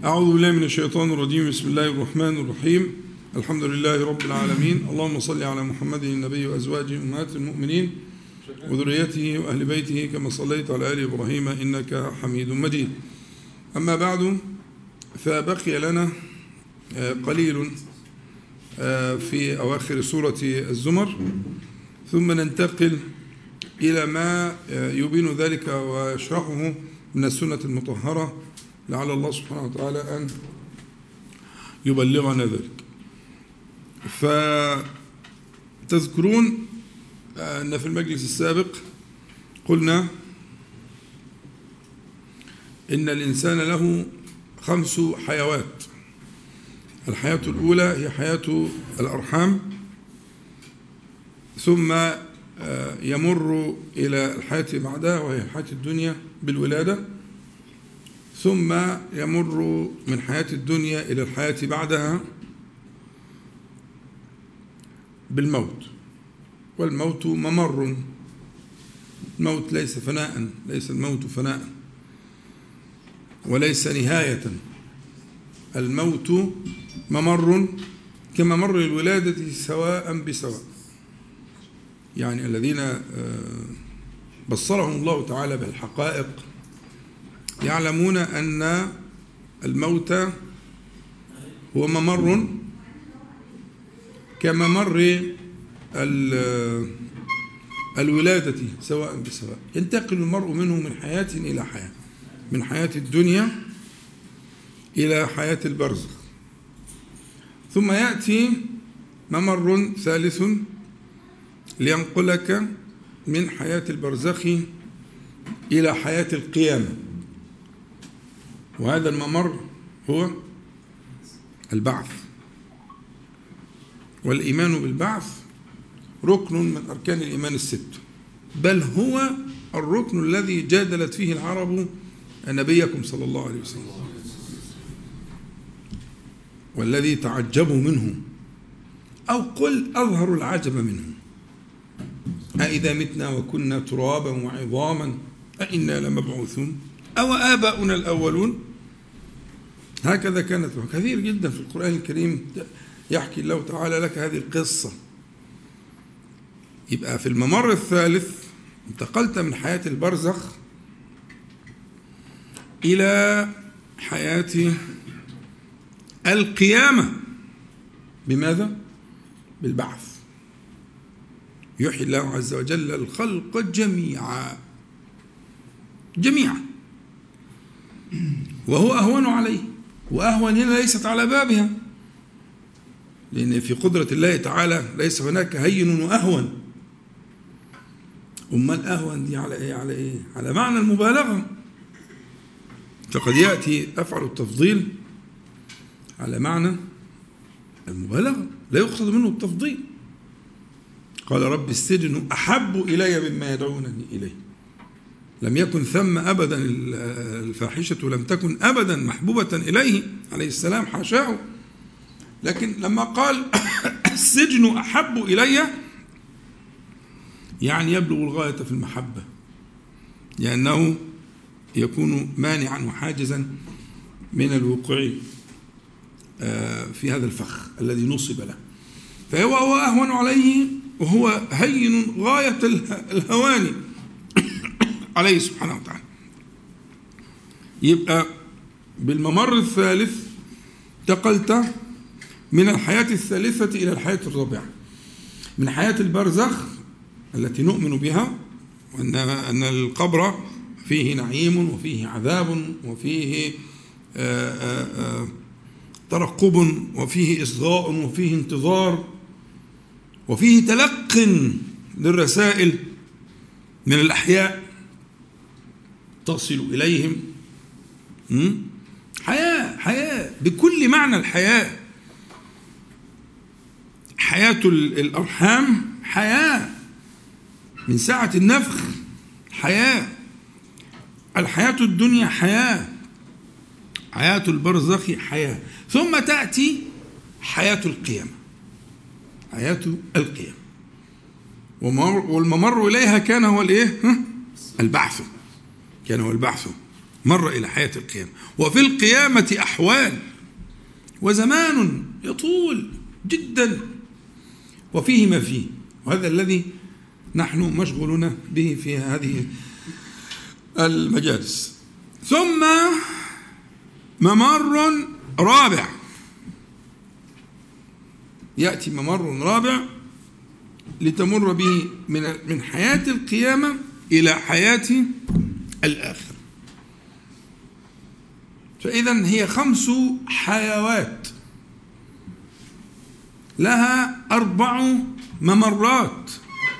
أعوذ بالله من الشيطان الرجيم. بسم الله الرحمن الرحيم. الحمد لله رب العالمين. اللهم صل على محمد النبي وأزواجه أمهات المؤمنين وذريته وأهل بيته كما صليت على آل إبراهيم إنك حميد مجيد. أما بعد، فبقي لنا قليل في أواخر سورة الزمر، ثم ننتقل إلى ما يبين ذلك ويشرحه من السنة المطهرة، لعل الله سبحانه وتعالى أن يبلغنا ذلك. فتذكرون أن في المجلس السابق قلنا إن الإنسان له 5 حيوات. الحياة الأولى هي حياة الأرحام، ثم يمر إلى الحياة بعدها وهي الحياة الدنيا بالولادة، ثم يمر من حياة الدنيا إلى الحياة بعدها بالموت. والموت ممر، الموت ليس فناء، ليس الموت فناء وليس نهاية، الموت ممر كممر الولادة سواء بسواء. يعني الذين بصرهم الله تعالى بالحقائق يعلمون أن الموت هو ممر كممر الولادة سواء بسواء. ينتقل المرء منه من حياة إلى حياة، من حياة الدنيا إلى حياة البرزخ، ثم يأتي ممر ثالث لينقلك من حياة البرزخ إلى حياة القيامة، وهذا الممر هو البعث. والإيمان بالبعث ركن من أركان الإيمان 6، بل هو الركن الذي جادلت فيه العرب نبيكم صلى الله عليه وسلم، والذي تعجبوا منه، أو قل أظهر العجب منه: أإذا متنا وكنا ترابا وعظاما أإنا لمبعوثون أو آباؤنا الأولون. هكذا كانت كثير جدا في القرآن الكريم يحكي الله تعالى لك هذه القصة. يبقى في الممر الثالث انتقلت من حياة البرزخ إلى حياة القيامة. بماذا؟ بالبعث. يحيي الله عز وجل الخلق جميعا وهو أهون عليه، وأهون هنا ليست على بابها، لأن في قدرة الله تعالى ليس هناك هين وأهون. أمال أهون دي على إيه؟ على إيه؟ على معنى المبالغة. فقد يأتي أفعل التفضيل على معنى المبالغة، لا يقصد منه التفضيل. قال رب السجن أحب إلي مما يدعونني إليه. لم يكن ثم أبدا الفاحشة، لم تكن أبدا محبوبة إليه عليه السلام، حاشاه. لكن لما قال السجن أحب إلي، يعني يبلغ الغاية في المحبة، لأنه يكون مانعا وحاجزا من الوقوع في هذا الفخ الذي نصب له. فهو أهون عليه، وهو هين غاية الهوان عليه سبحانه وتعالى. يبقى بالممر الثالث انتقلت من الحياة الثالثة إلى الحياة الرابعة، من حياة البرزخ التي نؤمن بها، وأن القبر فيه نعيم وفيه عذاب وفيه ترقب وفيه إصغاء وفيه انتظار وفيه تلق للرسائل من الأحياء تصل إليهم. حياة بكل معنى الحياة. حياة الأرحام حياة من ساعة النفخ، حياة. الحياة الدنيا حياة، حياة البرزخ حياة، ثم تأتي حياة القيامة، حياة القيامة. والممر إليها كان هو الإيه؟ البعث. كان هو البعث مر إلى حياة القيامة. وفي القيامة أحوال وزمان يطول جدا وفيه ما فيه، وهذا الذي نحن مشغولون به في هذه المجالس. ثم ممر رابع، يأتي ممر رابع لتمر به من حياة القيامة إلى حياة الآخرة. فإذا هي 5 حيوات لها 4 ممرات،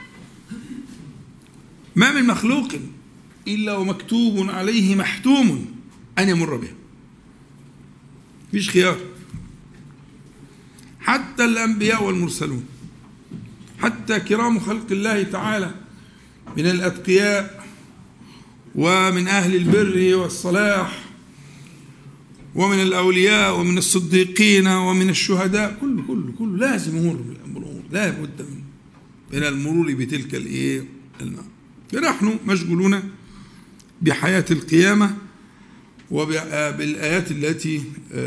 ما من مخلوق إلا ومكتوب عليه محتوم أن يمر بها، فيش خيار. حتى الأنبياء والمرسلون، حتى كرام خلق الله تعالى من الأتقياء ومن أهل البر والصلاح ومن الأولياء ومن الصديقين ومن الشهداء، كله لازم يمر بالأمور، لا بد من المرور بتلك الماء. فنحن مشغولون بحياة القيامة وبالآيات التي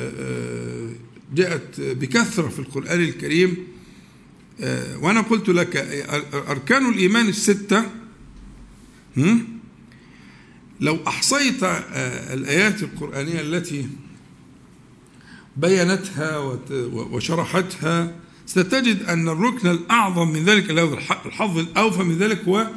جاءت بكثرة في القرآن الكريم. وأنا قلت لك أركان الإيمان 6، لو أحصيت الآيات القرآنية التي بينتها وشرحتها ستجد أن الركن الأعظم من ذلك، الحظ الأوفى من ذلك، هو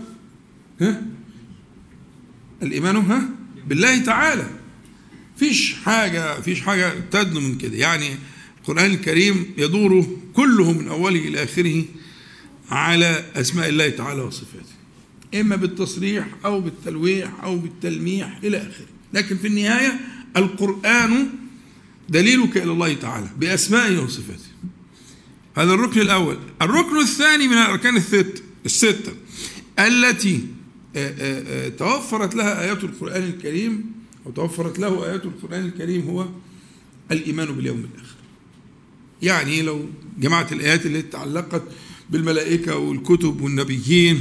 الإيمان بالله تعالى. فيش حاجة تدنو من كده. يعني القرآن الكريم يدور كله من أوله إلى آخره على أسماء الله تعالى وصفاته، إما بالتصريح أو بالتلويح أو بالتلميح إلى آخره، لكن في النهاية القرآن دليلك إلى الله تعالى بأسمائه وصفاته. هذا الركن الأول. الركن الثاني من الأركان الستة التي توفرت لها آيات القرآن الكريم أو توفرت له آيات القرآن الكريم هو الإيمان باليوم الآخر. يعني لو جمعت الآيات التي تعلقت بالملائكة والكتب والنبيين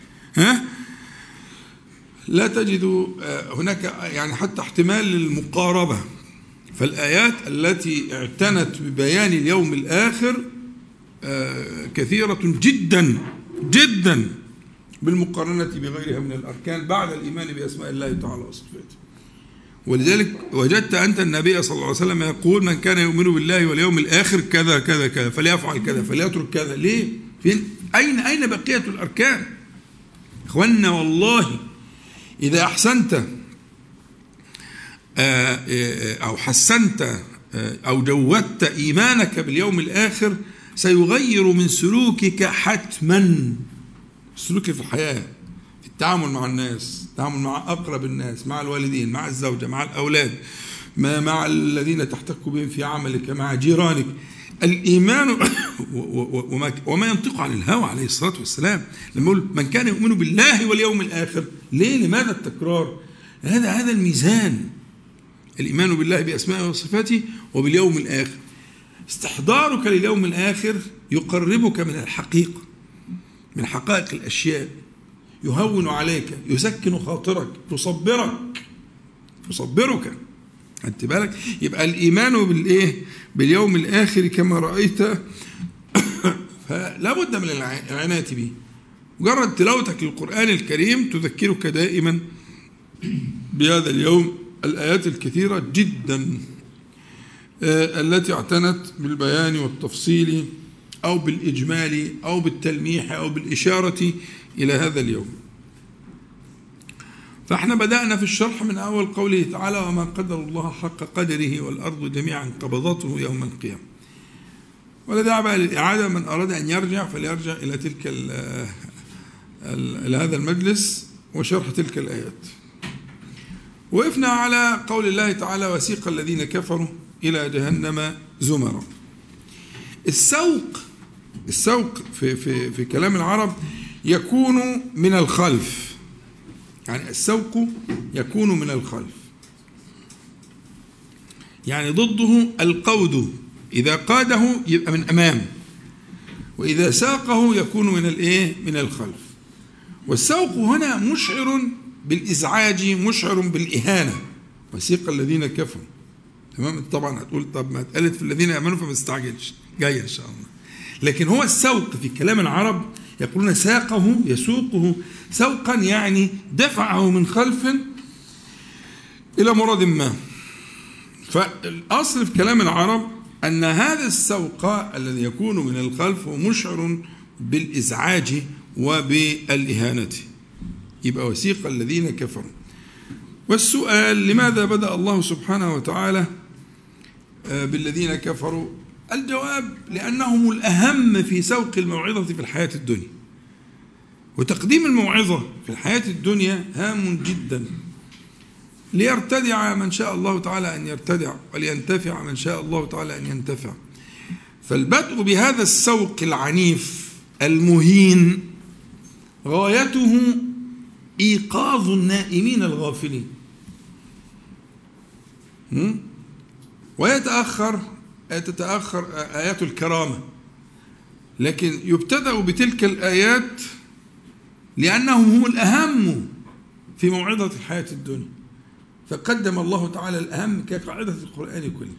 لا تجد هناك يعني حتى احتمال للمقاربة. فالآيات التي اعتنت ببيان اليوم الآخر كثيرة جدا جدا بالمقارنة بغيرها من الأركان بعد الإيمان بأسماء الله تعالى وصفاته. ولذلك وجدت أنت النبي صلى الله عليه وسلم يقول: من كان يؤمن بالله واليوم الآخر كذا كذا كذا فليفعل كذا فليترك كذا. ليه؟ أين بقية الأركان؟ إخواننا والله إذا أحسنت أو حسنت أو جودت إيمانك باليوم الآخر سيغير من سلوكك حتما، سلوكك في الحياة، في التعامل مع الناس، التعامل مع أقرب الناس، مع الوالدين، مع الزوجة، مع الأولاد، مع الذين تحتك بهم في عملك، مع جيرانك. الإيمان وما ينطق عن الهوى عليه الصلاة والسلام لما يقول: من كان يؤمن بالله واليوم الآخر. ليه؟ لماذا التكرار؟ هذا الميزان، الإيمان بالله بأسمائه وصفاته وباليوم الآخر. استحضارك لليوم الآخر يقربك من الحقيقة، من حقائق الأشياء، يهون عليك، يسكن خاطرك، يصبرك. خدت بالك؟ يبقى الإيمان باليوم الآخر كما رأيت فلا بد من العناية به. مجرد تلاوتك للقرآن الكريم تذكرك دائما بهذا اليوم. الآيات الكثيرة جدا التي اعتنت بالبيان والتفصيل أو بالإجمال أو بالتلميح أو بالإشارة إلى هذا اليوم. فاحنا بدأنا في الشرح من أول قوله تعالى: وما قدر الله حق قدره والأرض جميعا قبضته يوم القيامة. ولا داعي بقى للإعادة، من أراد أن يرجع فليرجع إلى إلى هذا المجلس وشرح تلك الآيات. وقفنا على قول الله تعالى: وسيق الذين كفروا إلى جهنم زمرا. السوق في كلام العرب يكون من الخلف، يعني السوق يكون من الخلف، يعني ضده القود. إذا قاده يبقى من أمام، وإذا ساقه يكون من الخلف. والسوق هنا مشعر بالإزعاج، مشعر بالإهانة، وسيق الذين كفروا. تمام. طبعا هتقول طب ما اتقالت في الذين امنوا فما تستعجلش، جايه ان شاء الله. لكن هو السوق في كلام العرب يقولون ساقه، يسوقه سوقا، يعني دفعه من خلف الى مراد ما. فالاصل في كلام العرب ان هذا السوق الذي يكون من الخلف هو مشعر بالازعاج وبالاهانه، يبقى وسيق الذين كفروا. والسؤال لماذا بدأ الله سبحانه وتعالى بالذين كفروا؟ الجواب لأنهم الأهم في سوق الموعظة في الحياة الدنيا، وتقديم الموعظة في الحياة الدنيا هام جدا، ليرتدع من شاء الله تعالى أن يرتدع، ولينتفع من شاء الله تعالى أن ينتفع. فالبدء بهذا السوق العنيف المهين غايته إيقاظ النائمين الغافلين، تتأخر آيات الكرامة، لكن يبتدأ بتلك الآيات لأنهم هم الأهم في موعظة الحياة الدنيا، فقدم الله تعالى الأهم كقاعدة القرآن كله.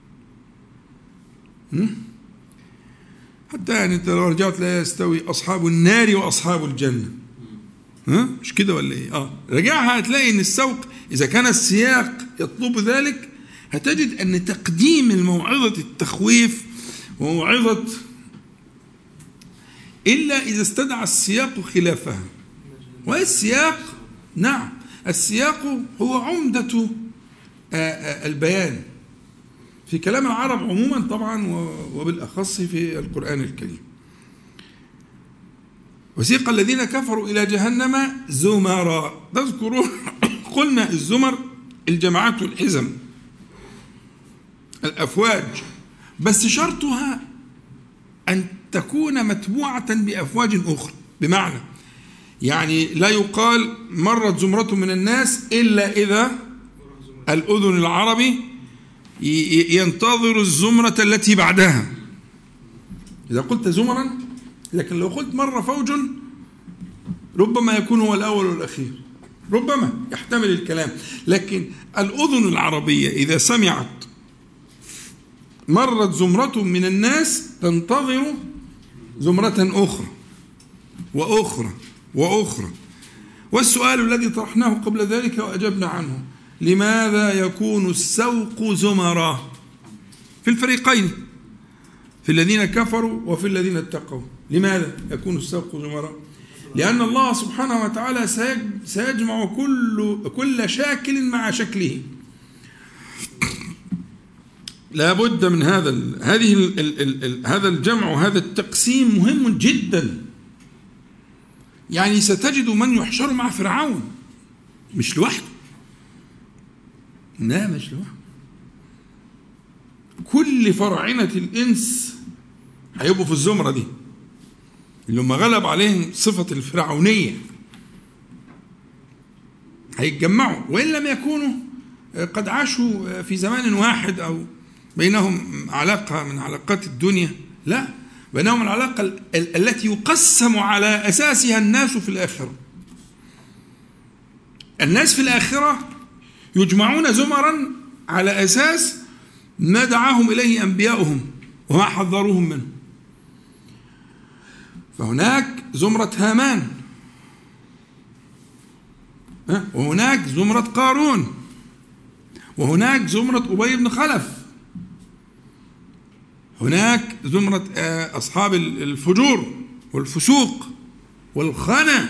حتى يعني انت لو رجعت لا يستوي أصحاب النار وأصحاب الجنة، مش كده ولا ايه؟ رجعها هتلاقي ان السوق اذا كان السياق يطلب ذلك هتجد ان تقديم الموعظة التخويف وموعظة الا اذا استدعى السياق خلافها. والسياق نعم السياق هو عمدة البيان في كلام العرب عموما طبعا وبالاخص في القرآن الكريم. وسيق الذين كفروا إلى جهنم زمرا. تذكرون قلنا الزمر الجماعات والحزم الأفواج، بس شرطها أن تكون متبوعة بأفواج أخرى، بمعنى يعني لا يقال مرت زمرة من الناس إلا إذا الأذن العربي ينتظر الزمرة التي بعدها. إذا قلت زمرا، لكن لو قلت مر فوج ربما يكون هو الأول والأخير، ربما يحتمل الكلام، لكن الأذن العربية إذا سمعت مرت زمرة من الناس تنتظر زمرة أخرى وأخرى وأخرى. والسؤال الذي طرحناه قبل ذلك وأجبنا عنه: لماذا يكون السوق زمرا في الفريقين، في الذين كفروا وفي الذين اتقوا؟ لماذا يكون السوق زمرا؟ لأن الله سبحانه وتعالى سيجمع كل شاكل مع شكله. لا بد من هذا الجمع وهذا التقسيم مهم جدا. يعني ستجد من يحشر مع فرعون مش لوحده، لا مش لوحده، كل فرعنة الإنس هيبقوا في الزمرة دي اللي هم غلب عليهم صفة الفرعونية، هيتجمعوا، وإن لم يكونوا قد عاشوا في زمان واحد أو بينهم علاقة من علاقات الدنيا، لا، بينهم العلاقة التي يقسم على أساسها الناس في الآخرة. الناس في الآخرة يجمعون زمرا على أساس ما دعاهم إليه أنبياؤهم وما حذروهم منه. فهناك زمرة هامان، وهناك زمرة قارون، وهناك زمرة أبي بن خلف، هناك زمرة أصحاب الفجور والفسوق والخنا،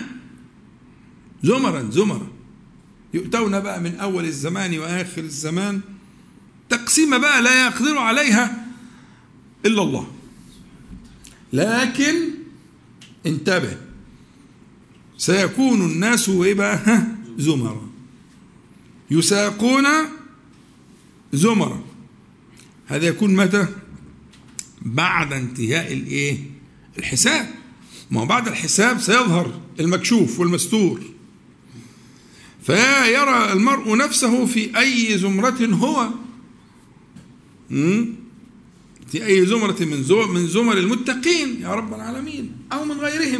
زمرا يؤتون بقى من أول الزمان وآخر الزمان، تقسيم بقى لا يقدر عليها إلا الله. لكن انتبه، سيكون الناس بقى زمرا، يساقون زمرا. هذا يكون متى؟ بعد انتهاء الحساب. ما هو بعد الحساب سيظهر المكشوف والمستور، فيرى المرء نفسه في أي زمرة هو، في أي زمرة من زمر المتقين يا رب العالمين أو من غيرهم.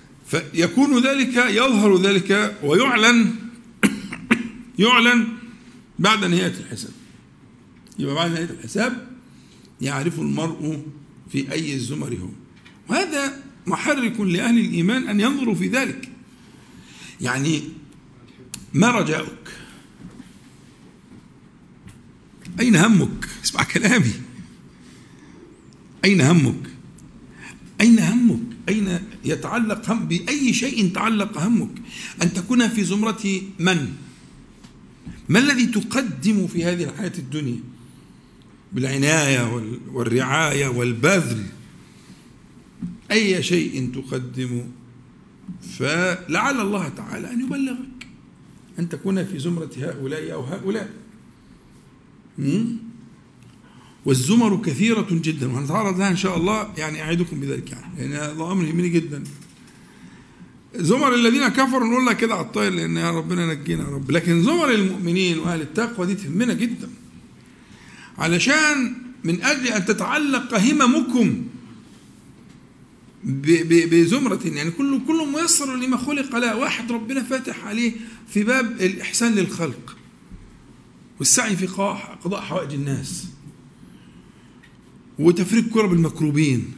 فيكون ذلك، يظهر ذلك ويعلن بعد نهاية الحساب. يبقى بعد نهاية الحساب يعرف المرء في أي الزمر هو، وهذا محرك لأهل الإيمان أن ينظروا في ذلك. يعني ما رجاؤك؟ أين همك؟ اسمع كلامي. أين همك؟ أين همك؟ أين يتعلق هم؟ بأي شيء تعلق همك؟ أن تكون في زمرة من؟ ما الذي تقدم في هذه الحياة الدنيا بالعناية والرعاية والبذل؟ أي شيء تقدم؟ فلعل الله تعالى أن يبلغك أن تكون في زمرة هؤلاء أو هؤلاء. والزمر كثيرة جدا، وهنتعرض لها إن شاء الله، يعني أعدكم بذلك، يعني هذا أمر يهمني جدا. زمر الذين كفروا نقول لك كده على الطاير، لأن يا ربنا نجينا يا رب، لكن زمر المؤمنين وأهل التقوى دي تهمنا جدا، علشان من أجل أن تتعلق هممكم بزمرة، يعني كل ميسر لما خلق له. واحد ربنا فاتح عليه في باب الإحسان للخلق والسعي في قضاء حوائج الناس وتفريج كرب المكروبين،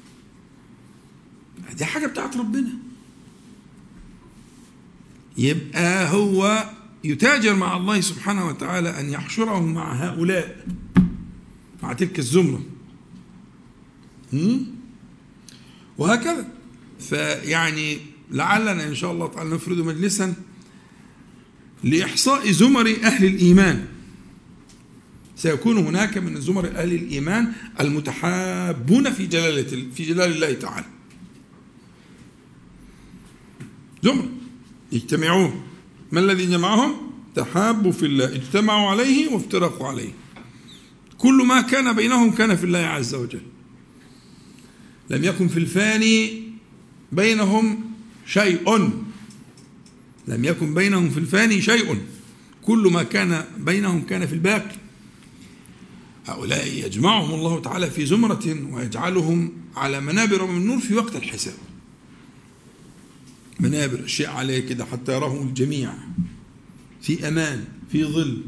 دي حاجة بتاعت ربنا. يبقى هو يتاجر مع الله سبحانه وتعالى أن يحشرهم مع هؤلاء، مع تلك الزمرة، وهكذا. فيعني لعلنا إن شاء الله تعالى نفرد مجلسا لإحصاء زمر أهل الإيمان. سيكون هناك من زمر أهل الإيمان المتحابون في جلال الله تعالى، زمر يجتمعون. ما الذي جمعهم؟ تحابوا في الله، اجتمعوا عليه وافترقوا عليه. كل ما كان بينهم كان في الله عز وجل، لم يكن في الفاني بينهم شيء، لم يكن بينهم في الفاني شيء، كل ما كان بينهم كان في الباقي. هؤلاء يجمعهم الله تعالى في زمرة ويجعلهم على منابر من نور في وقت الحساب، منابر شيء عليه كده حتى يراهم الجميع في أمان في ظل.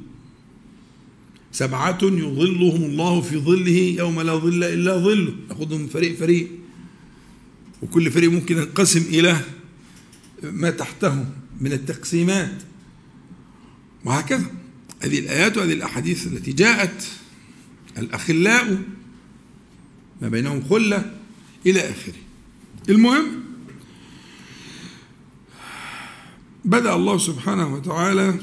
7 يظلهم الله في ظله يوم لا ظل إلا ظله، نأخذهم فريق فريق، وكل فريق ممكن ينقسم إلى ما تحته من التقسيمات، وهكذا. هذه الآيات وهذه الأحاديث التي جاءت، الأخلاء ما بينهم خلة إلى آخره. المهم بدأ الله سبحانه وتعالى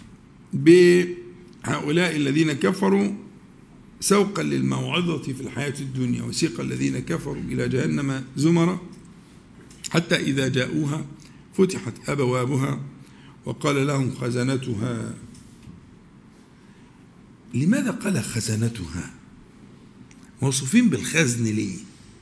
بهؤلاء الذين كفروا سوقا للموعظة في الحياة الدنيا، وسيق الذين كفروا إلى جهنم زمرا حتى إذا جاءوها فتحت أبوابها وقال لهم خزنتها. لماذا قال خزنتها؟ موصوفين بالخزن ليه؟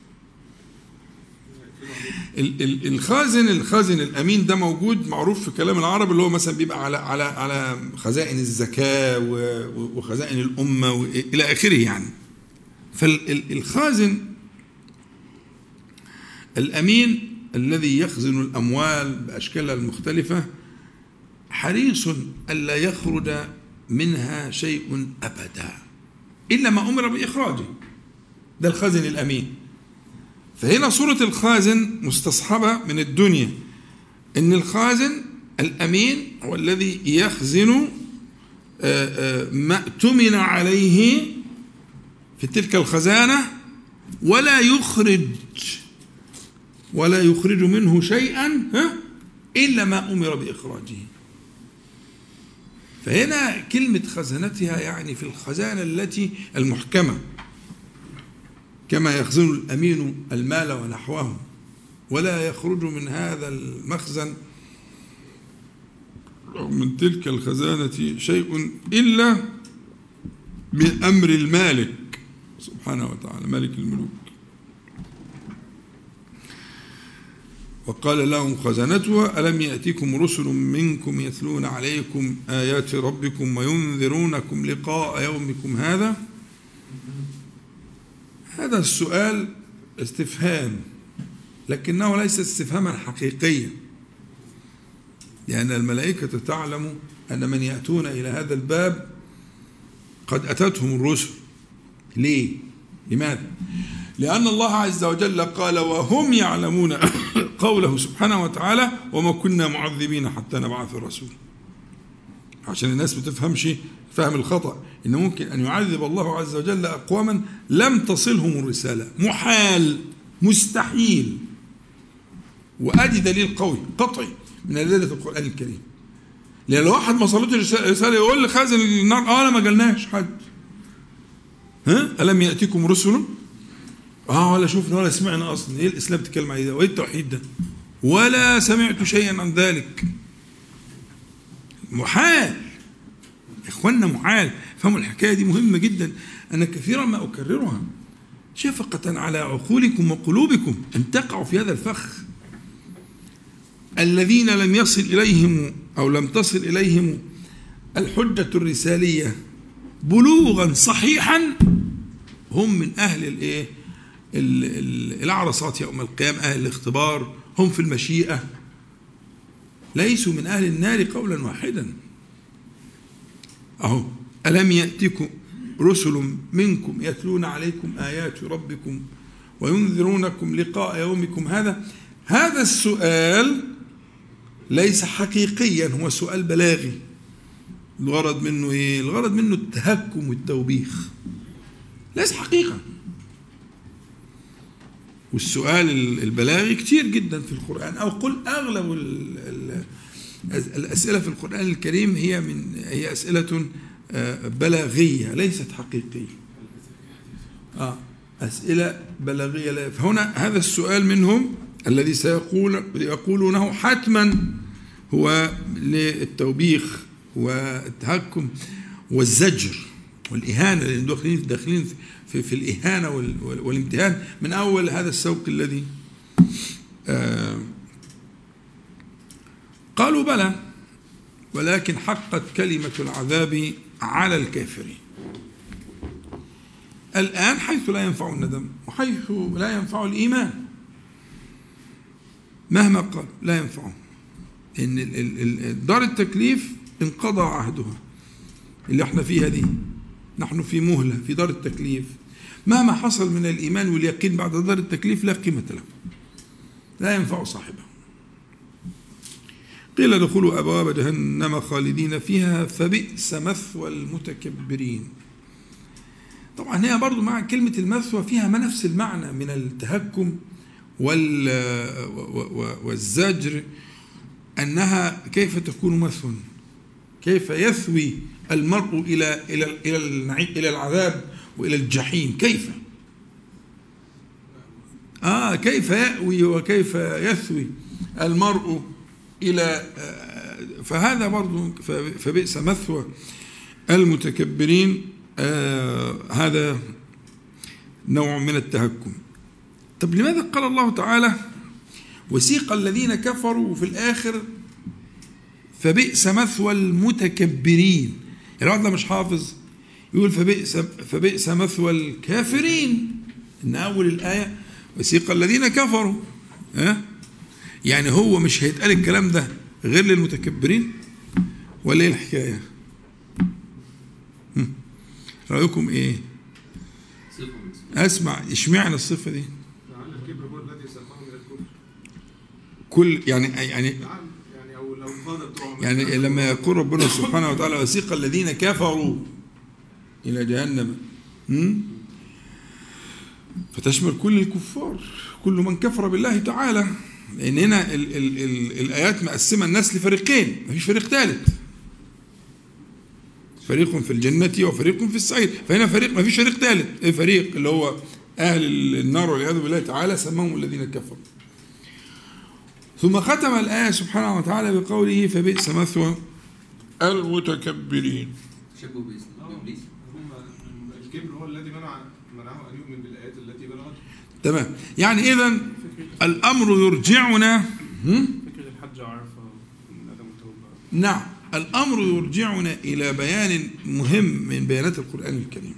الخازن الأمين ده موجود معروف في كلام العرب، اللي هو مثلا بيبقى على خزائن الزكاة وخزائن الأمة إلى آخره يعني. فالخازن الأمين الذي يخزن الأموال بأشكالها المختلفة حريص ألا يخرج منها شيء أبدا إلا ما أمر بإخراجه، ده الخازن الأمين. فهنا صورة الخازن مستصحبة من الدنيا، إن الخازن الأمين هو الذي يخزن ما اؤتمن عليه في تلك الخزانة ولا يخرج منه شيئا إلا ما أمر بإخراجه. فهنا كلمة خزنتها يعني في الخزانة التي المحكمة، كما يخزن الأمين المال ونحوه ولا يخرج من هذا المخزن أو من تلك الخزانة شيء إلا بأمر المالك سبحانه وتعالى، مالك الملوك. وقال لهم خزنتها ألم يأتكم رسل منكم يتلون عليكم آيات ربكم وينذرونكم لقاء يومكم هذا. هذا السؤال استفهام، لكنه ليس استفهاما حقيقيا، لأن الملائكة تعلم أن من يأتون إلى هذا الباب قد أتتهم الرسل. ليه؟ لماذا؟ لأن الله عز وجل قال وهم يعلمون قوله سبحانه وتعالى وما كنا معذبين حتى نبعث رسول. عشان الناس ما تفهمش فهم الخطأ إن ممكن أن يعذب الله عز وجل أقواما لم تصلهم الرسالة. محال، مستحيل. وأدي دليل قوي قطعي من أدلة القرآن الكريم. لأن لو واحد ما صلتش رسالة يقول لخازن النار أنا ما جالناش حد. ألم يأتيكم رسل؟ ولا شوفنا ولا سمعنا أصلا. إيه الإسلام بتتكلم عليه ده؟ وإيه التوحيد ده؟ ولا سمعت شيئا عن ذلك. محال إخواننا، محال. فهموا الحكاية دي مهمة جدا. أنا كثيرا ما أكررها شفقة على عقولكم وقلوبكم أن تقعوا في هذا الفخ. الذين لم يصل إليهم أو لم تصل إليهم الحجة الرسالية بلوغا صحيحا هم من أهل العرصات يوم القيامة، أهل الاختبار، هم في المشيئة، ليسوا من أهل النار قولا واحدا. أهو ألم يأتكم رسل منكم يتلون عليكم آيات ربكم وينذرونكم لقاء يومكم هذا السؤال ليس حقيقيا، هو سؤال بلاغي. الغرض منه إيه؟ الغرض منه التهكم والتوبيخ، ليس حقيقة. والسؤال البلاغي كتير جدا في القرآن، أو قل أغلب الأسئلة في القرآن الكريم هي أسئلة بلاغية ليست حقيقية. أسئلة بلاغية. فهنا هذا السؤال منهم الذي سيقولونه حتما هو للتوبيخ والتهكم والزجر والإهانة، لأن داخلين في الإهانة والامتهان من أول هذا السوق الذي قالوا بلى ولكن حقت كلمة العذاب على الكافرين. الآن حيث لا ينفع الندم وحيث لا ينفع الإيمان مهما قال لا ينفعه، إن دار التكليف انقضى عهدها اللي احنا فيها دي. نحن في مهلة في دار التكليف، مهما حصل من الإيمان واليقين بعد دار التكليف لا قيمة له، لا ينفع صاحبه. قيل ادخلوا أبواب جهنم خالدين فيها فبئس مثوى المتكبرين. طبعا هي برضو مع كلمة المثوى فيها ما نفس المعنى من التهكم والزجر، أنها كيف تكون مثوى، كيف يثوي المرء إلى العذاب وإلى الجحيم، كيف كيف يأوي وكيف يثوي المرء إلى فهذا برضو فبئس مثوى المتكبرين. هذا نوع من التهكم. طب لماذا قال الله تعالى وسيق الذين كفروا وفي الآخر فبئس مثوى المتكبرين؟ يعني واحد مش حافظ يقول فبئس مثوى الكافرين، إن أول الآية وسيق الذين كفروا، يعني هو مش هيتقال الكلام ده غير للمتكبرين ولا ايه الحكاية؟ رأيكم ايه؟ اسمع اشمعنى الصفة دي؟ الكبر هو الذي ساقهم الى الكفر. كل يعني او لو يعني لما يقول ربنا سبحانه وتعالى وسيق الذين كفروا الى جهنم فتشمل كل الكفار، كل من كفر بالله تعالى، لأن هنا الآيات مقسمة الناس لفريقين، ما فيش فريق ثالث، فريق في الجنة وفريق في السعير. فهنا فريق ما فيش فريق ثالث، ايه فريق اللي هو أهل النار والعياذ بالله تعالى سماهم الذين كفروا. ثم ختم الآية سبحانه وتعالى بقوله فبئس مثوى المتكبرين. شبهوا بإبليس. الكبر هو الذي منعه أن يؤمن بالآيات التي بلغته. تمام. يعني إذن الأمر يرجعنا فكرة الحج عرفة من عدم التوبة. نعم، الأمر يرجعنا إلى بيان مهم من بيانات القرآن الكريم،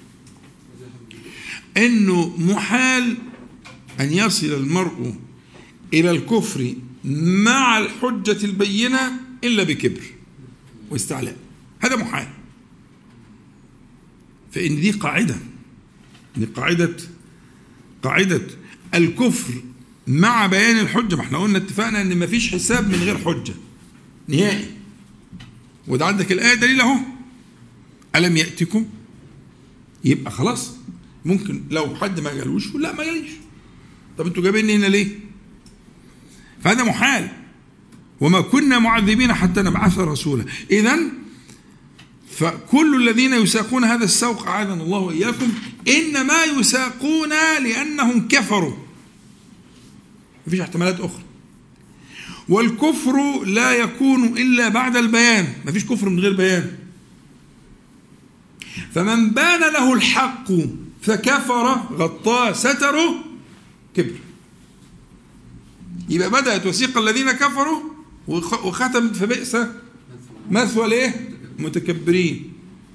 إنه محال أن يصل المرء إلى الكفر مع الحجة البينة إلا بكبر واستعلاء. هذا محال. فإن دي قاعدة، دي قاعدة الكفر مع بيان الحجة. ما احنا قلنا اتفقنا ان مفيش حساب من غير حجة نهائي، وده عندك الآية دليل اهو، ألم يأتكم، يبقى خلاص ممكن لو حد ما جالوش لا ما جاليش، طب انتوا جايبيني هنا ليه؟ فهذا محال، وما كنا معذبين حتى نبعث رسولا. إذن فكل الذين يساقون هذا السوق أعاذنا الله وإياكم إنما يساقون لأنهم كفروا، مفيش احتمالات أخرى. والكفر لا يكون إلا بعد البيان، مفيش كفر من غير بيان. فمن بان له الحق فكفر غطاه ستره كبر. يبقى بدأت وسيق الذين كفروا وختمت فبئس مثوى ليه؟ متكبرين.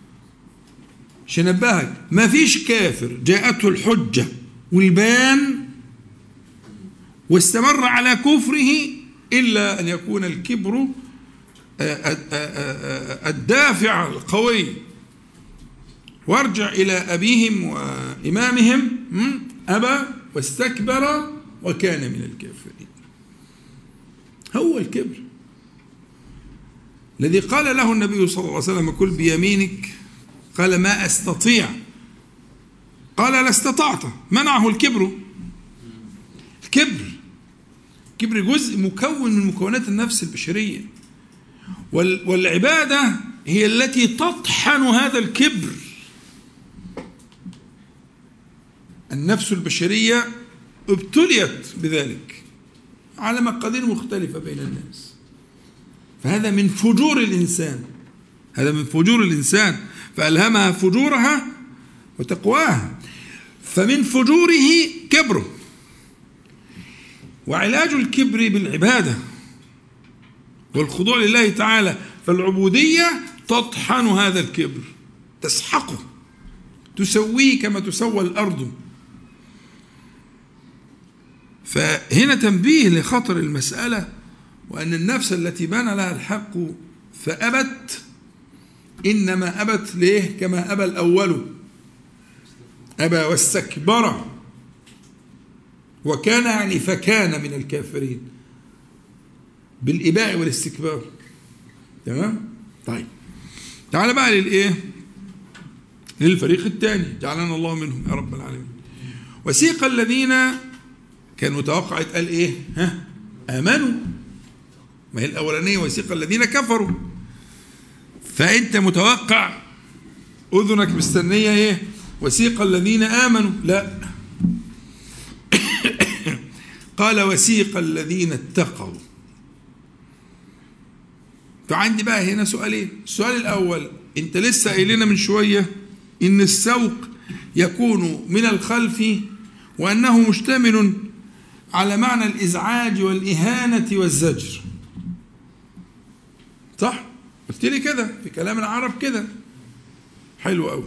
شنبهك ما فيش كافر جاءته الحجة والبيان واستمر على كفره إلا أن يكون الكبر الدافع القوي. وارجع إلى أبيهم وإمامهم أبى واستكبر وكان من الكافرين. هو الكبر الذي قال له النبي صلى الله عليه وسلم كل بيمينك، قال ما أستطيع، قال لا استطعت، منعه الكبر. الكبر جزء مكون من مكونات النفس البشرية، والعبادة هي التي تطحن هذا الكبر. النفس البشرية ابتليت بذلك على مقادير مختلفة بين الناس، فهذا من فجور الإنسان، هذا من فجور الإنسان، فألهمها فجورها وتقواها. فمن فجوره كبره، وعلاج الكبر بالعبادة والخضوع لله تعالى. فالعبودية تطحن هذا الكبر، تسحقه، تسويه كما تسوى الأرض. فهنا تنبيه لخطر المسألة، وأن النفس التي بان لها الحق فأبت إنما أبت ليه؟ كما أبى الأول، أبى واستكبر وكان يعني فكان من الكافرين بالإباء والاستكبار. تمام؟ طيب تعال بقى للإيه؟ للفريق الثاني، جعلنا الله منهم يا رب العالمين. وسيق الذين كان متوقع يتقال إيه؟ آمنوا، ما هي الأولانية وسيق الذين كفروا، فأنت متوقع أذنك مستنية إيه؟ وسيق الذين آمنوا، لا قال وسيق الذين اتقوا. فعندي بقى هنا سؤالين. السؤال الأول، أنت لسه قايلنا من شوية إن السوق يكون من الخلف وأنه مشتمل على معنى الإزعاج والإهانة والزجر، صح؟ قلت لي كده في كلام العرب كده، حلو قوي.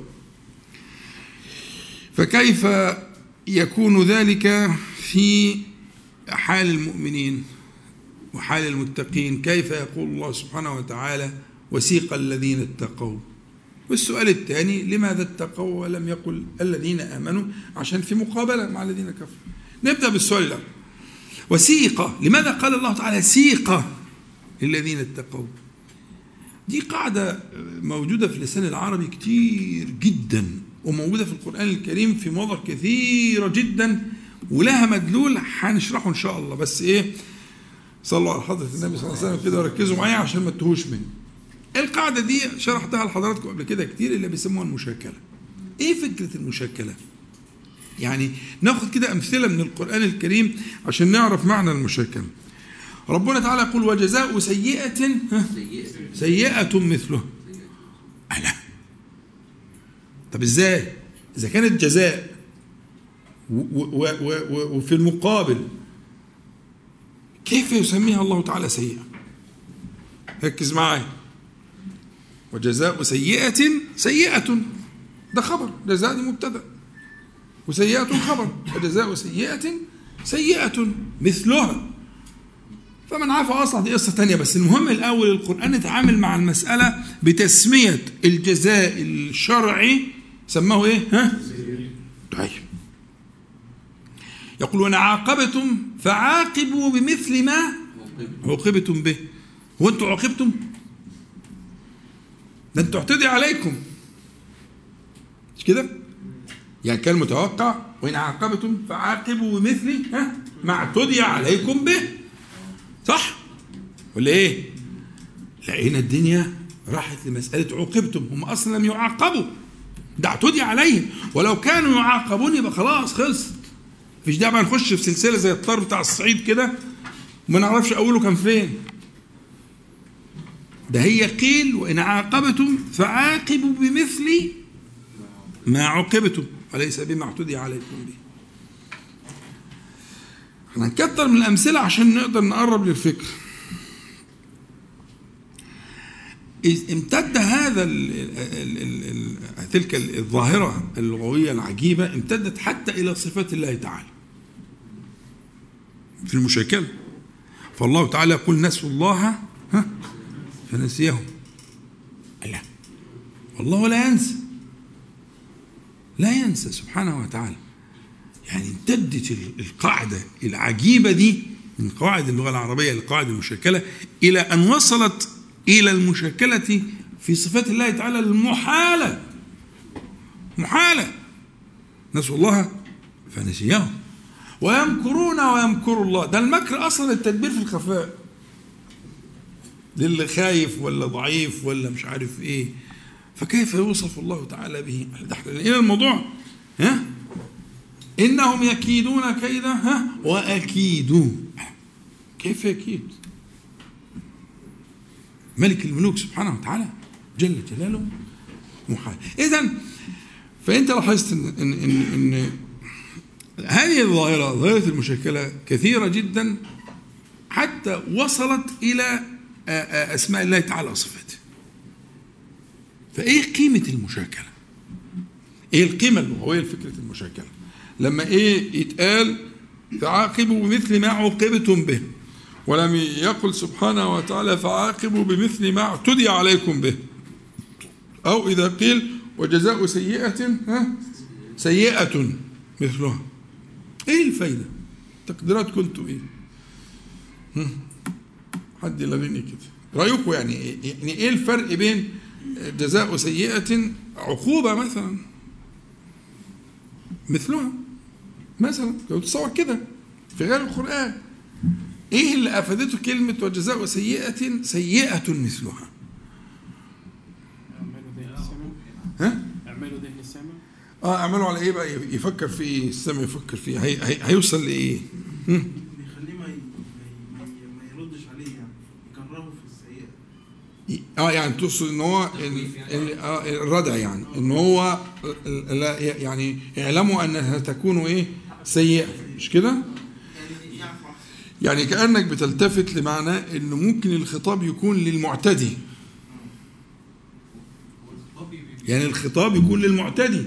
فكيف يكون ذلك في حال المؤمنين وحال المتقين؟ كيف يقول الله سبحانه وتعالى وسيق الذين اتقوا؟ والسؤال الثاني، لماذا اتقوا ولم يقل الذين آمنوا؟ عشان في مقابلة مع الذين كفروا. نبدأ بالسؤال الأول، وسيق، لماذا قال الله تعالى سيق للذين اتقوا؟ دي قاعدة موجودة في اللسان العربي كتير جدا، وموجودة في القرآن الكريم في مواضع كثيرة جدا، ولها مدلول هنشرحه إن شاء الله. بس إيه، صلوا على حضرة النبي صلى الله عليه وسلم كده وركزوا معايا عشان ما تتوهوش مني. القاعدة دي شرحتها لحضراتكم قبل كده كتير، اللي بيسموها المشاكلة. إيه فكرة المشاكلة؟ يعني ناخد كده أمثلة من القرآن الكريم عشان نعرف معنى المشاكلة. ربنا تعالى يقول وجزاء سيئة سيئة مثلها. ألا طب إزاي؟ إذا كانت جزاء وفي المقابل كيف يسميها الله تعالى سيئة؟ ركز معايا. وجزاء سيئة سيئة، ده خبر، جزاء دي مبتدأ وسيئة خبر، وجزاء سيئة سيئة مثلها. فمن عفى أصلا دي قصة تانية، بس المهم الأول القرآن اتعامل مع المسألة بتسمية الجزاء الشرعي سماه ايه؟ ها؟ طيب يقول وإن عاقبتم فعاقبوا بمثل ما عوقبتم به. هو انتوا عوقبتم؟ ده انتوا اعتدي عليكم، مش كده؟ يعني كان متوقع وإن عاقبتم فعاقبوا بمثل ما اعتدي عليكم به، صح ولا ايه؟ لقينا الدنيا راحت لمسألة عوقبتم، هم أصلا لم يعاقبوا، ده اعتدي عليهم، ولو كانوا يعاقبون يبقى خلاص خلصت، مفيش داعي نخش في سلسلة زي الطار بتاع الصعيد كده وما نعرفش أوله كان فين. ده هي قيل وإن عاقبتم فعاقبوا بمثل ما عوقبتم وليس بما اعتدي عليكم به. احنا هنكتر من الأمثلة عشان نقدر نقرب للفكر. إذ امتد هذا تلك الظاهرة اللغوية العجيبة امتدت حتى إلى صفات الله تعالى في المشاكلة. فالله تعالى يقول نسوا الله فنسيهم. لا، والله لا ينسى، لا ينسى سبحانه وتعالى. يعني امتدت القاعدة العجيبة دي من قواعد اللغة العربية لقواعد المشاكلة إلى أن وصلت إلى المشاكلة في صفات الله تعالى المحالة، محالة. نسوا الله فنسيهم ويمكرون ويمكر الله. ده المكر أصلا التدبير في الخفاء للي خايف ولا ضعيف ولا مش عارف إيه، فكيف يوصف الله تعالى به؟ إلى الموضوع إنهم يكيدون كيدا وأكيدوا. كيف يكيد؟ ملك الملوك سبحانه وتعالى جل جلاله محال. إذن فأنت لاحظت إن هذه الظاهرة، ظاهرة المشاكلة، كثيرة جدا حتى وصلت إلى أسماء الله تعالى وصفاته. فإيه قيمة المشاكلة؟ إيه القيمة اللغوية لفكرة المشاكلة؟ لما إيه يتقال فعاقبوا بمثل ما عوقبتم به، ولم يقل سبحانه وتعالى فعاقبوا بمثل ما اعتدي عليكم به، أو إذا قيل وجزاء سيئة سيئة مثلها. إيه الفايدة؟ تقديرات كنتوا إيه؟ حد يلغيني كده رأيكم. يعني إيه الفرق بين جزاء سيئة عقوبة مثلا مثلها مثلا، لو تصور كده في غير القرآن، ايه اللي افادته كلمة وجزاء سيئة سيئة مثلها؟ اعملوا دهن السماء. اعملوا على ايه بقى؟ يفكر في ايه السماء؟ يفكر في هيوصل لايه؟ بيخليه ما يردش عليه، يعني يكرهه في السيئة. يعني تقصد ان هو الردع، يعني ان هو لا، يعني اعلموا انها تكون ايه؟ سيئة، مش كده؟ يعني كأنك بتلتفت لمعنى انه ممكن الخطاب يكون للمعتدي، يعني الخطاب يكون للمعتدي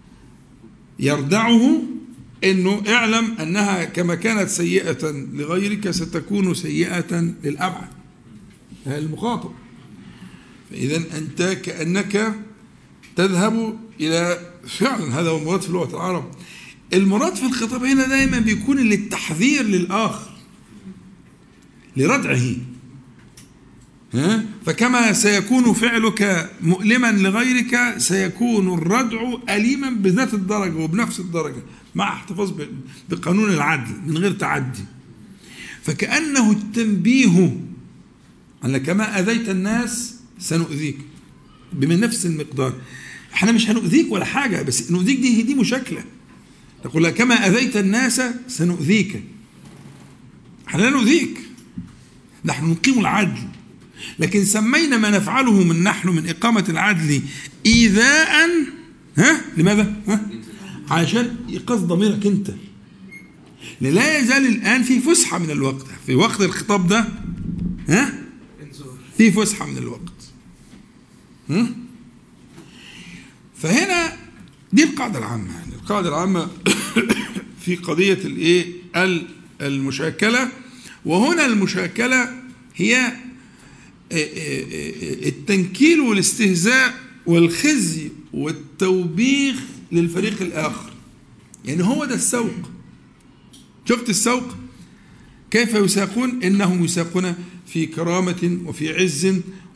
يردعه انه اعلم انها كما كانت سيئة لغيرك ستكون سيئة للأبعد، هذا المخاطب. فإذا أنت كأنك تذهب إلى فعلا، هذا هو المراد في لغة العرب. المراد في الخطاب هنا دائما بيكون للتحذير للآخر، لردعه. فكما سيكون فعلك مؤلما لغيرك سيكون الردع أليما بذات الدرجة وبنفس الدرجة، مع احتفاظ بقانون العدل من غير تعدي. فكأنه التنبيه أن كما أذيت الناس سنؤذيك بنفس المقدار. احنا مش هنؤذيك ولا حاجة، بس نؤذيك دي مشاكلة. تقول كما أذيت الناس سنؤذيك، احنا لا نؤذيك، نحن نقيم العدل، لكن سمينا ما نفعله نحن من إقامة العدل إيذاء. لماذا؟ عشان إيقاظ ضميرك أنت. لا يزال الآن في فسحة من الوقت، في وقت الخطاب ده في فسحة من الوقت. فهنا دي القاعدة العامة، يعني القاعدة العامة في قضية المشاكلة. وهنا المشاكلة هي التنكيل والاستهزاء والخزي والتوبيخ للفريق الآخر. يعني هو ده السوق. شفت السوق كيف يساقون؟ إنهم يساقون في كرامة وفي عز.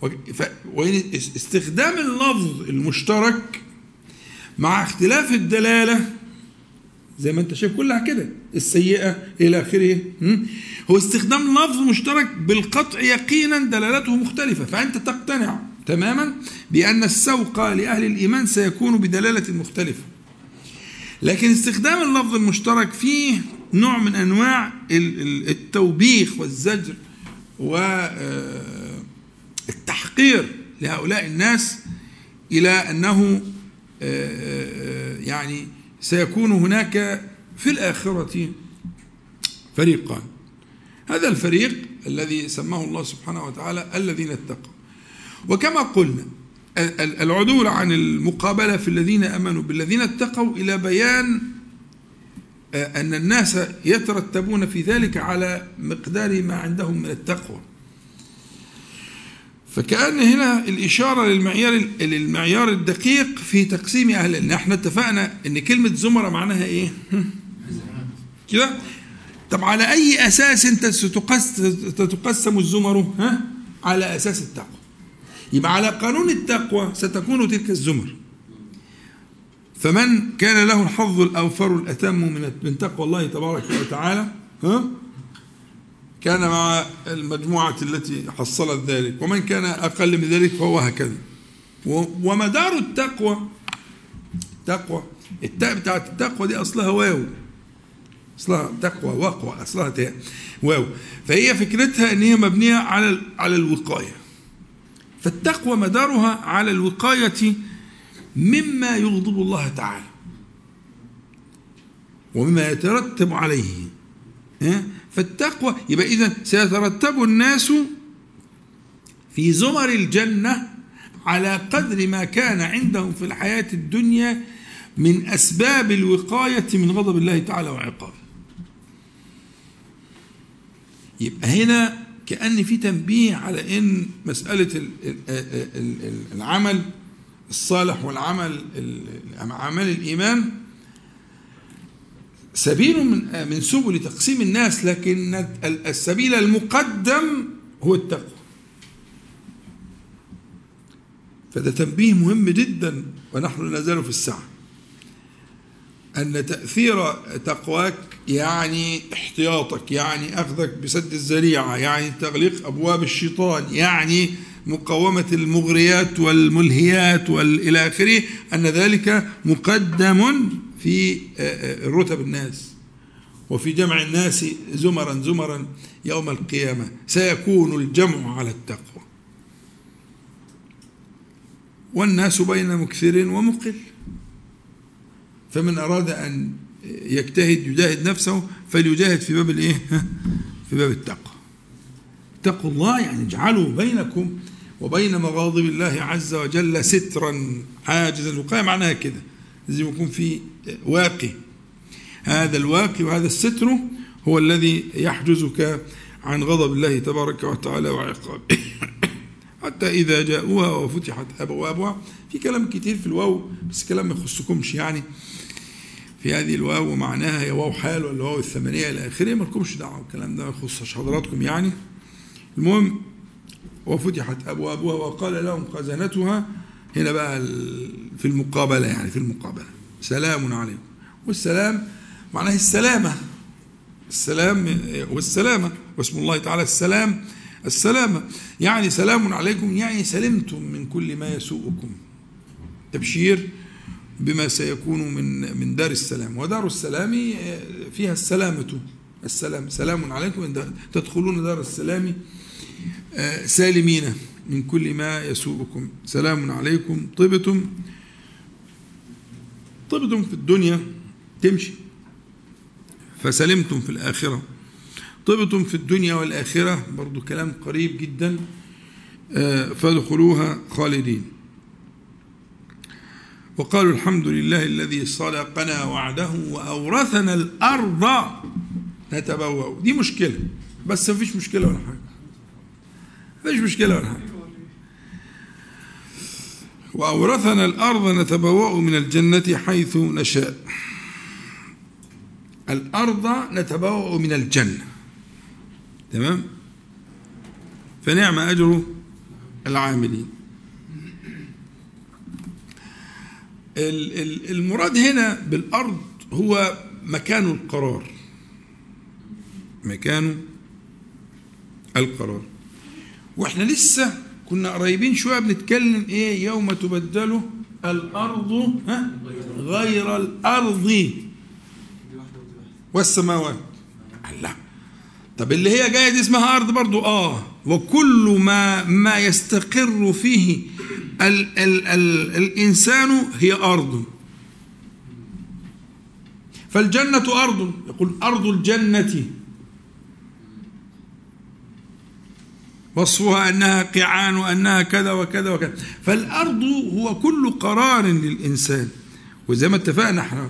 استخدام اللفظ المشترك مع اختلاف الدلالة زي ما انت شايف كلها كده السيئة إلى آخره، هو استخدام لفظ مشترك بالقطع يقينا دلالته مختلفة، فأنت تقتنع تماما بأن السوق لأهل الإيمان سيكون بدلالة مختلفة. لكن استخدام اللفظ المشترك فيه نوع من أنواع التوبيخ والزجر والتحقير لهؤلاء الناس، إلى أنه يعني سيكون هناك في الآخرة فريقان. هذا الفريق الذي سماه الله سبحانه وتعالى الذين اتقوا. وكما قلنا العدول عن المقابلة في الذين أمنوا بالذين اتقوا إلى بيان أن الناس يترتبون في ذلك على مقدار ما عندهم من التقوى. فكأن هنا الإشارة للمعيار الدقيق في تقسيم أهل الجنة. احنا اتفقنا أن كلمة زمرة معناها إيه؟ كده؟ طب على أي أساس أنت ستقسم الزمر؟ على أساس التقوى. يبقى على قانون التقوى ستكون تلك الزمر. فمن كان له الحظ الأوفر الأتم من تقوى الله تبارك وتعالى كان مع المجموعة التي حصلت ذلك، ومن كان أقل من ذلك فهو هكذا. ومدار التقوى التاء بتاعت التقوى دي أصلها واو، أصلها تقوى وقوى، أصلها تاء واو، فهي فكرتها أن هي مبنية على الوقاية. فالتقوى مدارها على الوقاية مما يغضب الله تعالى ومما يترتب عليه. فالتقوى يبقى إذن سيترتب الناس في زمر الجنة على قدر ما كان عندهم في الحياة الدنيا من أسباب الوقاية من غضب الله تعالى وعقابه. يبقى هنا كأن في تنبيه على أن مسألة العمل الصالح والعمل أعمال الإيمان سبيل من سبل تقسيم الناس، لكن السبيل المقدم هو التقوى. فده تنبيه مهم جدا، ونحن لا نزال في السعة، أن تأثير تقواك يعني احتياطك، يعني أخذك بسد الذريعة، يعني تغليق أبواب الشيطان، يعني مقاومة المغريات والملهيات والى آخره، أن ذلك مقدم في رتب الناس وفي جمع الناس زمرا يوم القيامة. سيكون الجمع على التقوى، والناس بين مكثر ومقل، فمن أراد أن يجاهد نفسه فليجاهد في باب الايه؟ في باب التقوى. اتقوا الله يعني اجعلوا بينكم وبين مغاضب الله عز وجل سترا حاجزا. الوقاية معناها كده، لازم يكون في واقي. هذا الواقي وهذا الستر هو الذي يحجزك عن غضب الله تبارك وتعالى وعقابه. حتى إذا جاءوها وفتحت أبوابها، في كلام كتير في الواو بس كلام ما يخصكمش يعني في هذه الواو، ومعناها هي واو حال ولا واو الثمانية إلى آخره، ما لكمش دعوة، الكلام ده ما يخصش حضراتكم يعني. المهم وفتحت أبوابها وقال لهم خزنتها، هنا بقى في المقابلة، يعني في المقابلة سلام عليكم. والسلام معناه السلامة، السلام والسلامة، واسم الله تعالى السلام السلامة، يعني سلام عليكم يعني سلمتم من كل ما يسوءكم. تبشير بما سيكون من دار السلام، ودار السلام فيها السلامة، السلام سلام عليكم، تدخلون دار السلام سالمين من كل ما يسوءكم. سلام عليكم طبتم في الدنيا تمشي، فسلمتم في الآخرة. طبتم في الدنيا والآخرة برضو كلام قريب جدا، فادخلوها خالدين. وقالوا الحمد لله الذي صدقنا وعده وأورثنا الأرض نتبوأ. دي مشكلة، بس ما فيش مشكلة ولا حاجة، مفيش مشكلة ولا حاجة. وأورثنا الأرض نتبوأ من الجنة حيث نشاء. الأرض نتبوأ من الجنة، تمام؟ فنعم أجر العاملين. المراد هنا بالأرض هو مكان القرار، مكان القرار. واحنا لسه كنا قريبين شويه بنتكلم ايه؟ يوم تبدل الارض غير الارض والسماوات. الله، طب اللي هي جايه دي اسمها ارض برضو؟ وكل ما يستقر فيه الانسان هي ارض. فالجنه ارض، يقول ارض الجنه وصفها أنها قيعان وأنها كذا وكذا وكذا. فالأرض هو كل قرار للإنسان. وزي ما اتفقنا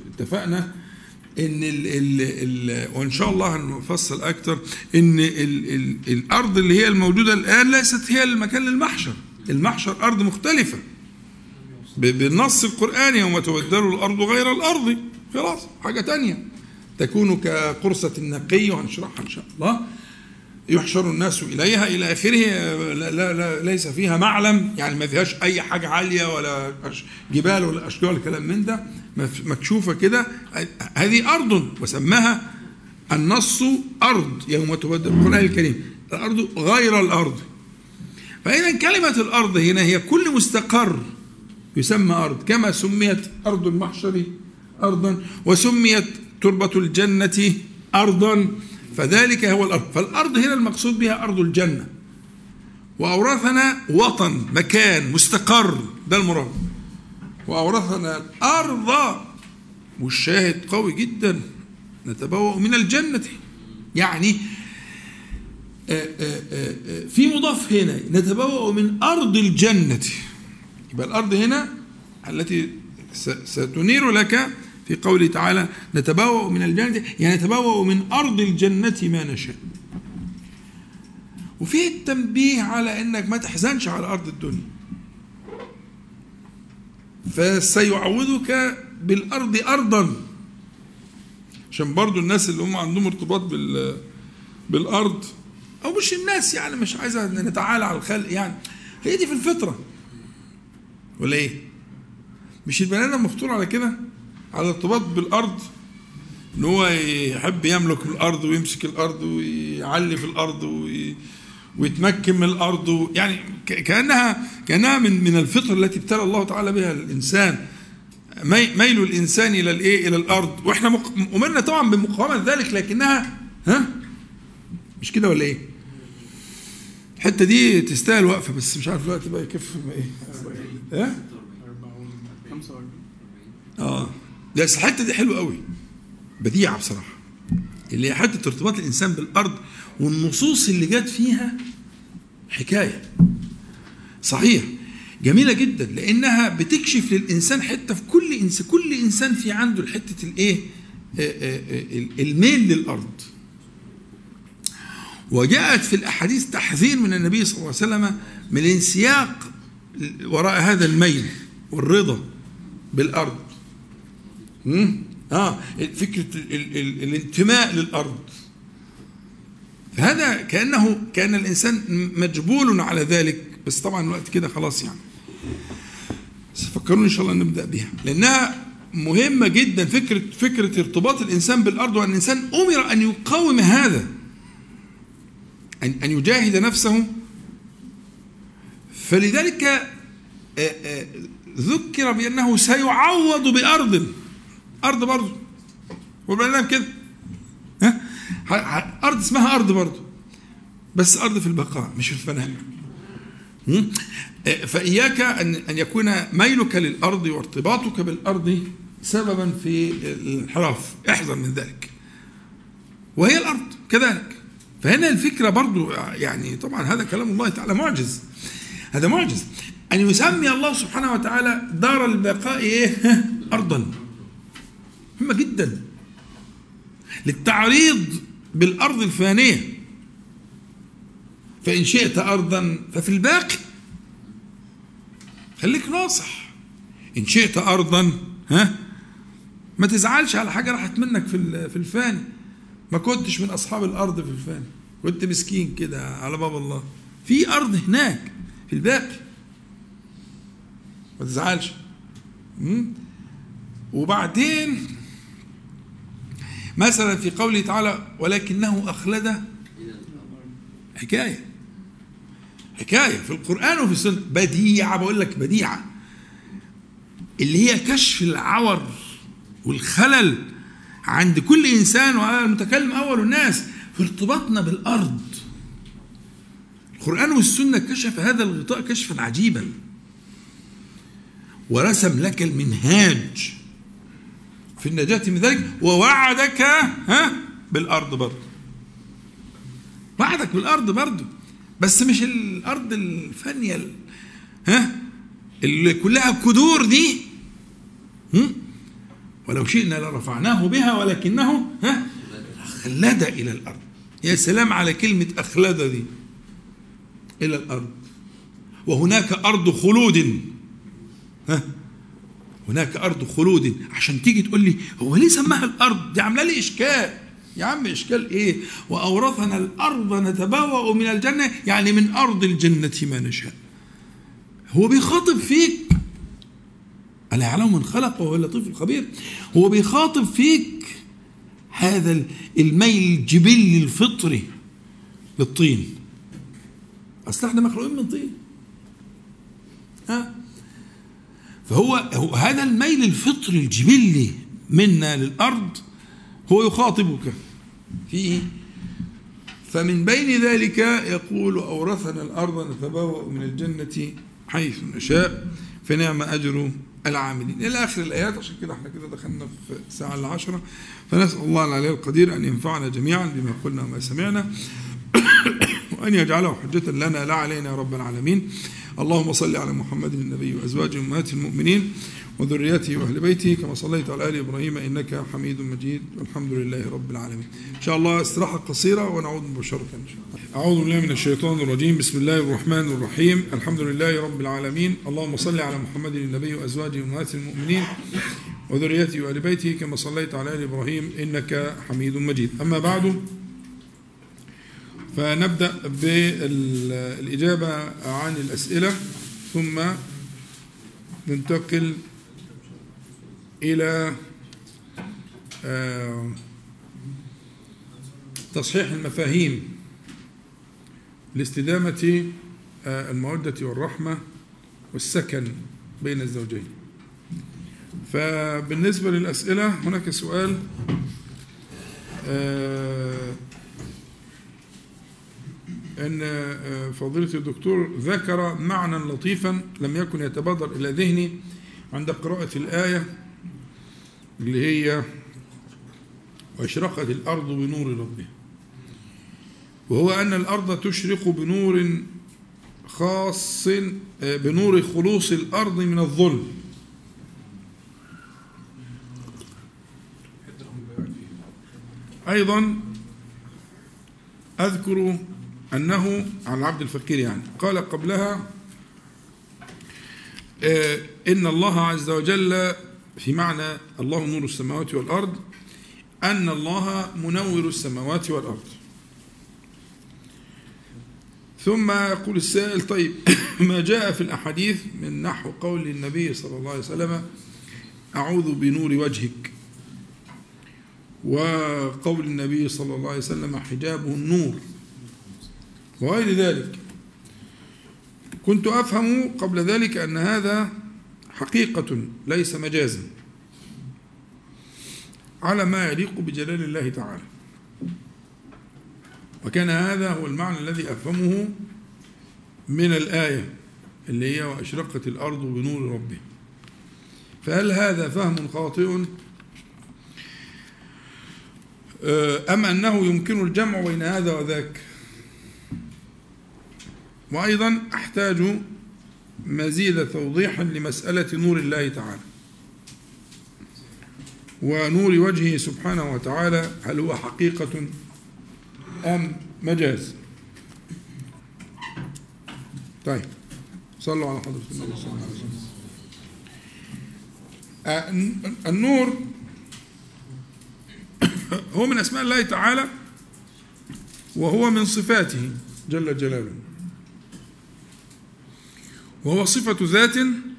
إن وإن شاء الله هنفصل أكتر إن الأرض اللي هي الموجودة الآن ليست هي المكان للمحشر. المحشر أرض مختلفة بالنص القرآني، يوم تبدل الأرض غير الأرض، خلاص حاجة تانية تكون كقرصة النقي، وهنشرحها إن شاء الله. يحشر الناس إليها إلى آخره. لا ليس فيها معلم، يعني ما فيهاش أي حاجة عالية ولا جبال ولا أشجار ولا كلام من ده، مكشوفة كده. هذه أرض، وسماها النص أرض يوم تبدل، القرآن الكريم الأرض غير الأرض. فإذا كلمة الأرض هنا هي كل مستقر يسمى أرض، كما سميت أرض المحشر أرضا، وسميت تربة الجنة أرضا، فذلك هو الأرض. فالأرض هنا المقصود بها أرض الجنة. وأورثنا وطن، مكان مستقر، ده المراد. وأورثنا الأرض، والشاهد قوي جدا، نتبوأ من الجنة، يعني في مضاف هنا، نتبوأ من أرض الجنة. يبقى الأرض هنا التي ستنير لك في قوله تعالى نتبوأ من الجنة، يعني نتبوأ من أرض الجنة ما نشاء. وفيه التنبيه على أنك ما تحزنش على أرض الدنيا، فسيعوضك بالأرض أرضا. عشان برضو الناس اللي هم عندهم ارتباط بالأرض، أو مش الناس، يعني مش عايزة نتعالى على الخلق، يعني هي دي في الفطرة ولا إيه؟ مش البني آدم مفطور على كده، على ارتباط بالأرض، إن هو يحب يملك الأرض ويمسك الأرض ويعلي في الأرض ويتمكن من الأرض، يعني كأنها من الفطر التي ابتلى الله تعالى بها الإنسان، ميل الإنسان إلى الأرض. وإحنا أمرنا طبعا بمقاومة ذلك، لكنها مش كده ولا إيه؟ الحتة دي تستاهل وقفة، بس مش عارف الوقت بقى كيف إيه؟ بس الحته دي حلوه قوي، بديعه بصراحه، اللي هي حته ارتباط الانسان بالارض، والنصوص اللي جت فيها حكايه صحيح جميله جدا، لانها بتكشف للانسان حته في كل انسان في عنده حته الايه، الميل للارض. وجاءت في الاحاديث تحذير من النبي صلى الله عليه وسلم من الانسياق وراء هذا الميل والرضا بالارض. فكرة الانتماء للأرض، فهذا كان الإنسان مجبول على ذلك، بس طبعا الوقت كده خلاص يعني، فكروني إن شاء الله نبدأ بها، لأنها مهمة جدا. فكرة ارتباط الإنسان بالأرض، وأن الإنسان أمر أن يقاوم هذا، أن يجاهد نفسه. فلذلك ذكر بأنه سيعوض بأرض برضه، والبني كده أرض اسمها أرض برضه، بس أرض في البقاء مش في الفناء. فإياك أن يكون ميلك للأرض وارتباطك بالأرض سببا في الانحراف، احذر من ذلك. وهي الأرض كذلك. فهنا الفكرة برضو، يعني طبعا هذا كلام الله تعالى معجز، هذا معجز أن يسمي الله سبحانه وتعالى دار البقاء أرضا، مهمة جدا للتعريض بالأرض الفانية. فإن شئت أرضا ففي الباقي، خليك ناصح. إن شئت أرضا ما تزعلش على حاجة راحت منك في الفاني. ما كنتش من أصحاب الأرض في الفاني، كنت مسكين كده على باب الله. في أرض هناك في الباقي، ما تزعلش. وبعدين مثلا في قوله تعالى ولكنه أخلد، حكاية في القرآن وفي السنة، بديعة، بقول لك بديعة، اللي هي كشف العور والخلل عند كل إنسان والمتكلم أول الناس في ارتباطنا بالأرض. القرآن والسنة كشف هذا الغطاء كشفا عجيبا، ورسم لك المنهاج في النجاة من ذلك، ووعدك بالأرض برضه. وعدك بالأرض برضه، بس مش الأرض الفانية اللي كلها كدور دي. ولو شئنا لرفعناه بها ولكنه أخلد إلى الأرض. يا سلام على كلمة أخلد دي، إلى الأرض. وهناك أرض خلود، هناك أرض خلود. عشان تيجي تقول لي هو ليه سماها الأرض؟ دي عاملة لي إشكال. يا عم إشكال إيه؟ وأورثنا الأرض نتبوأ من الجنة، يعني من أرض الجنة ما نشاء. هو بيخاطب فيك، ألا يعلم من خلق وهو اللطيف الخبير. هو بيخاطب فيك هذا الميل الجبلي الفطري للطين. أصل احنا مخلوقين من طين. فهو هذا الميل الفطري الجبلي منا للأرض هو يخاطبك فيه. فمن بين ذلك يقول أورثنا الأرض نتبوأ من الجنة حيث نشاء فنعم أجر العاملين إلى آخر الآيات. عشان كده احنا كده دخلنا في الساعة 10. فنسأل الله العلي القدير أن ينفعنا جميعا بما قلنا وما سمعنا، وأن يجعله حجة لنا لا علينا يا رب العالمين. اللهم صل على محمد النبي وأزواجه أمهات المؤمنين وذريته وأهل بيته كما صليت على آل إبراهيم إنك حميد مجيد، والحمد لله رب العالمين. إن شاء الله استراحة قصيرة ونعود مباشرة إن شاء الله. أعوذ بالله من الشيطان الرجيم. بسم الله الرحمن الرحيم. الحمد لله رب العالمين. اللهم صل على محمد النبي وأزواجه أمهات المؤمنين وذريته وأهل بيته كما صليت على آل إبراهيم إنك حميد مجيد. أما بعد، فنبدأ بالإجابة عن الأسئلة، ثم ننتقل إلى تصحيح المفاهيم لاستدامة المودة والرحمة والسكن بين الزوجين. فبالنسبة للأسئلة هناك سؤال أن فضيلة الدكتور ذكر معنى لطيفا لم يكن يتبادر إلى ذهني عند قراءة الآية اللي هي واشرقت الأرض بنور ربها، وهو أن الأرض تشرق بنور خاص، بنور خلوص الأرض من الظلم. أيضا أذكر أنه عن العبد الفقير يعني قال قبلها إن الله عز وجل في معنى الله نور السماوات والأرض أن الله منور السماوات والأرض. ثم يقول السائل طيب ما جاء في الأحاديث من نحو قول النبي صلى الله عليه وسلم أعوذ بنور وجهك، وقول النبي صلى الله عليه وسلم حجابه النور وغير ذلك. كنت أفهم قبل ذلك أن هذا حقيقة ليس مجازا على ما يليق بجلال الله تعالى، وكان هذا هو المعنى الذي أفهمه من الآية اللي هي وأشرقت الأرض بنور ربها. فهل هذا فهم خاطئ أم أنه يمكن الجمع بين هذا وذاك؟ وأيضا أحتاج مزيد توضيح لمسألة نور الله تعالى ونور وجهه سبحانه وتعالى، هل هو حقيقة أم مجاز؟ طيب صلوا على حضرة النبي صلى الله عليه وسلم. النور هو من أسماء الله تعالى، وهو من صفاته جل جلاله، وهو صفة ذات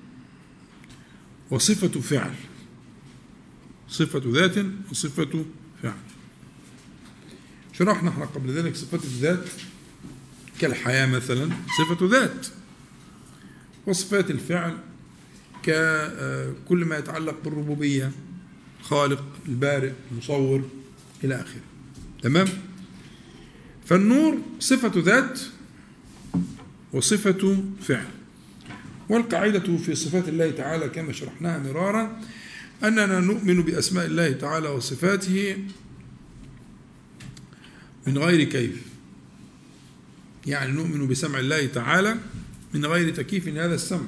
وصفة فعل. صفة ذات وصفة فعل. شرحنا احنا قبل ذلك صفة الذات كالحياة مثلا صفة ذات، وصفات الفعل ككل ما يتعلق بالربوبية، خالق، البارئ، المصور إلى آخره. تمام؟ فالنور صفة ذات وصفة فعل. والقاعدة في صفات الله تعالى كما شرحناها مرارا أننا نؤمن بأسماء الله تعالى وصفاته من غير كيف، يعني نؤمن بسمع الله تعالى من غير تكييف هذا السمع،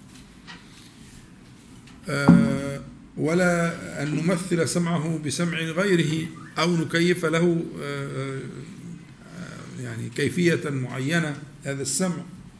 ولا أن نمثل سمعه بسمع غيره أو نكيف له يعني كيفية معينة هذا السمع،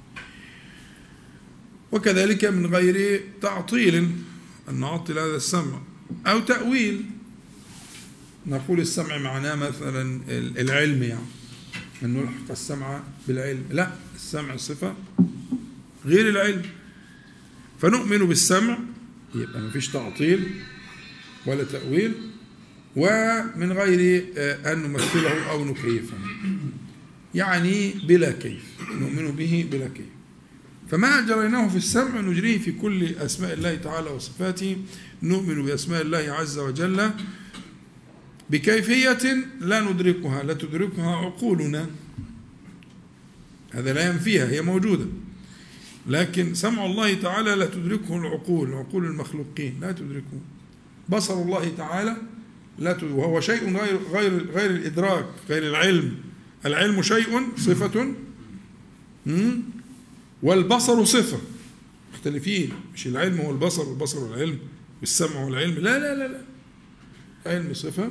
وكذلك من غير تعطيل أن نعطل هذا السمع أو تأويل، نقول السمع معناه مثلا العلم، يعني أن نلحق السمع بالعلم، لا، السمع صفة غير العلم. فنؤمن بالسمع، يبقى ما فيش تعطيل ولا تأويل، ومن غير أن نمثله أو نكيفه، يعني بلا كيف، نؤمن به بلا كيف. فما جريناه في السمع نجريه في كل أسماء الله تعالى وصفاته. نؤمن بأسماء الله عز وجل بكيفية لا ندركها، لا تدركها عقولنا، هذا لا ينفيها، هي موجودة، لكن سمع الله تعالى لا تدركه العقول، عقول المخلوقين لا تدركه. بصر الله تعالى لا وهو شيء غير الإدراك، غير العلم. العلم شيء صفة، والبصر صفة، مختلفين، مش العلم هو البصر والبصر والعلم والسمع والعلم، لا لا لا لا، العلم صفة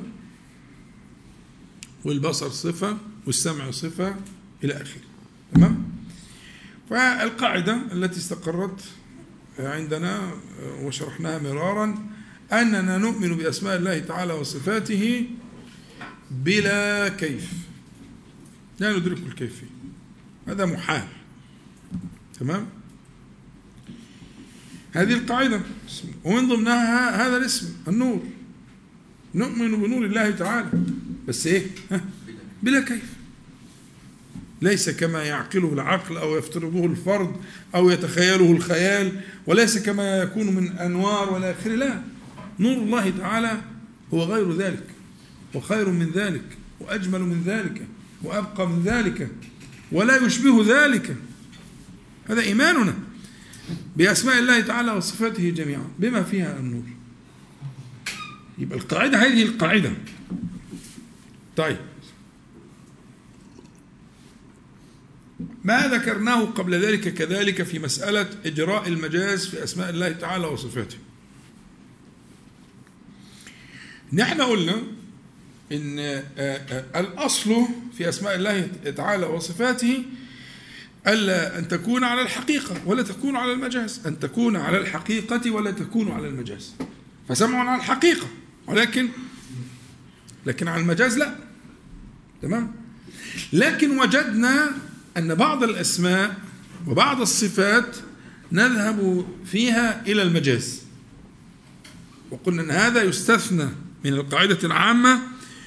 والبصر صفة والسمع صفة إلى آخره. تمام؟ فالقاعدة التي استقرت عندنا وشرحناها مرارا أننا نؤمن بأسماء الله تعالى وصفاته بلا كيف، لا ندرك الكيفية، هذا محال. تمام؟ هذه القاعدة، ومن ضمنها هذا الاسم النور. نؤمن بنور الله تعالى، بس ايه؟ بلا كيف، ليس كما يعقله العقل أو يفترضه الفرد أو يتخيله الخيال، وليس كما يكون من أنوار ولا آخره، لا، نور الله تعالى هو غير ذلك وخير من ذلك وأجمل من ذلك وأبقى من ذلك ولا يشبه ذلك. هذا إيماننا بأسماء الله تعالى وصفاته جميعا بما فيها النور. يبقى القاعدة هذه القاعدة. طيب، ما ذكرناه قبل ذلك كذلك في مسألة إجراء المجاز في أسماء الله تعالى وصفاته. نحن قلنا إن الأصل في أسماء الله تعالى وصفاته ألا أن تكون على الحقيقة ولا تكون على المجاز، أن تكون على الحقيقة ولا تكون على المجاز. فسمع على الحقيقة لكن على المجاز لا. تمام؟ لكن وجدنا أن بعض الأسماء وبعض الصفات نذهب فيها إلى المجاز، وقلنا أن هذا يستثنى من القاعدة العامة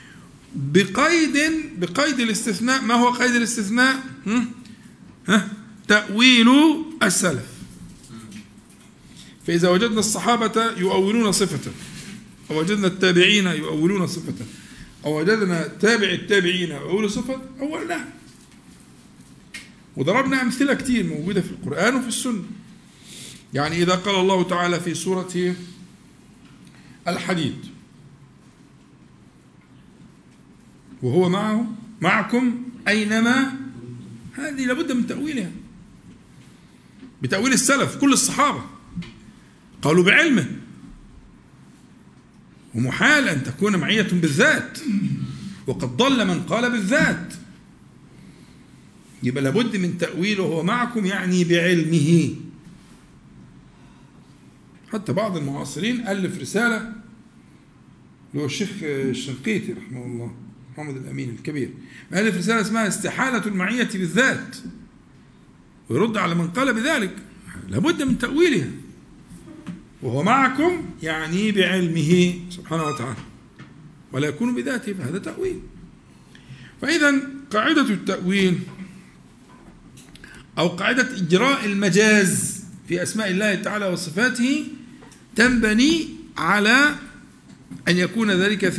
بقيد الاستثناء. ما هو قيد الاستثناء؟ تأويل السلف. فإذا وجدنا الصحابة يؤولون صفة، أو وجدنا التابعين يؤولون صفة، أو وجدنا تابع التابعين يؤول صفة، أولناها. وضربنا أمثلة كتير موجودة في القرآن وفي السنة. يعني إذا قال الله تعالى في سورة الحديد: وهو معكم أينما، هذه لابد من تأويلها بتأويل السلف. كل الصحابة قالوا بعلمه، ومحال أن تكون معية بالذات، وقد ضل من قال بالذات. يبقى لابد من تأويله، وهو معكم يعني بعلمه، حتى بعض المعاصرين ألف رسالة اللي هو الشيخ الشنقيطي رحمه الله محمد الأمين الكبير، ألف رسالة اسمها استحالة المعية بالذات، ويرد على من قال بذلك، لابد من تأويلها، وهو معكم يعني بعلمه سبحانه وتعالى، ولا يكون بذاته، فهذا تأويل. فإذا قاعدة التأويل أو قاعدة إجراء المجاز في أسماء الله تعالى وصفاته تنبني على أن يكون ذلك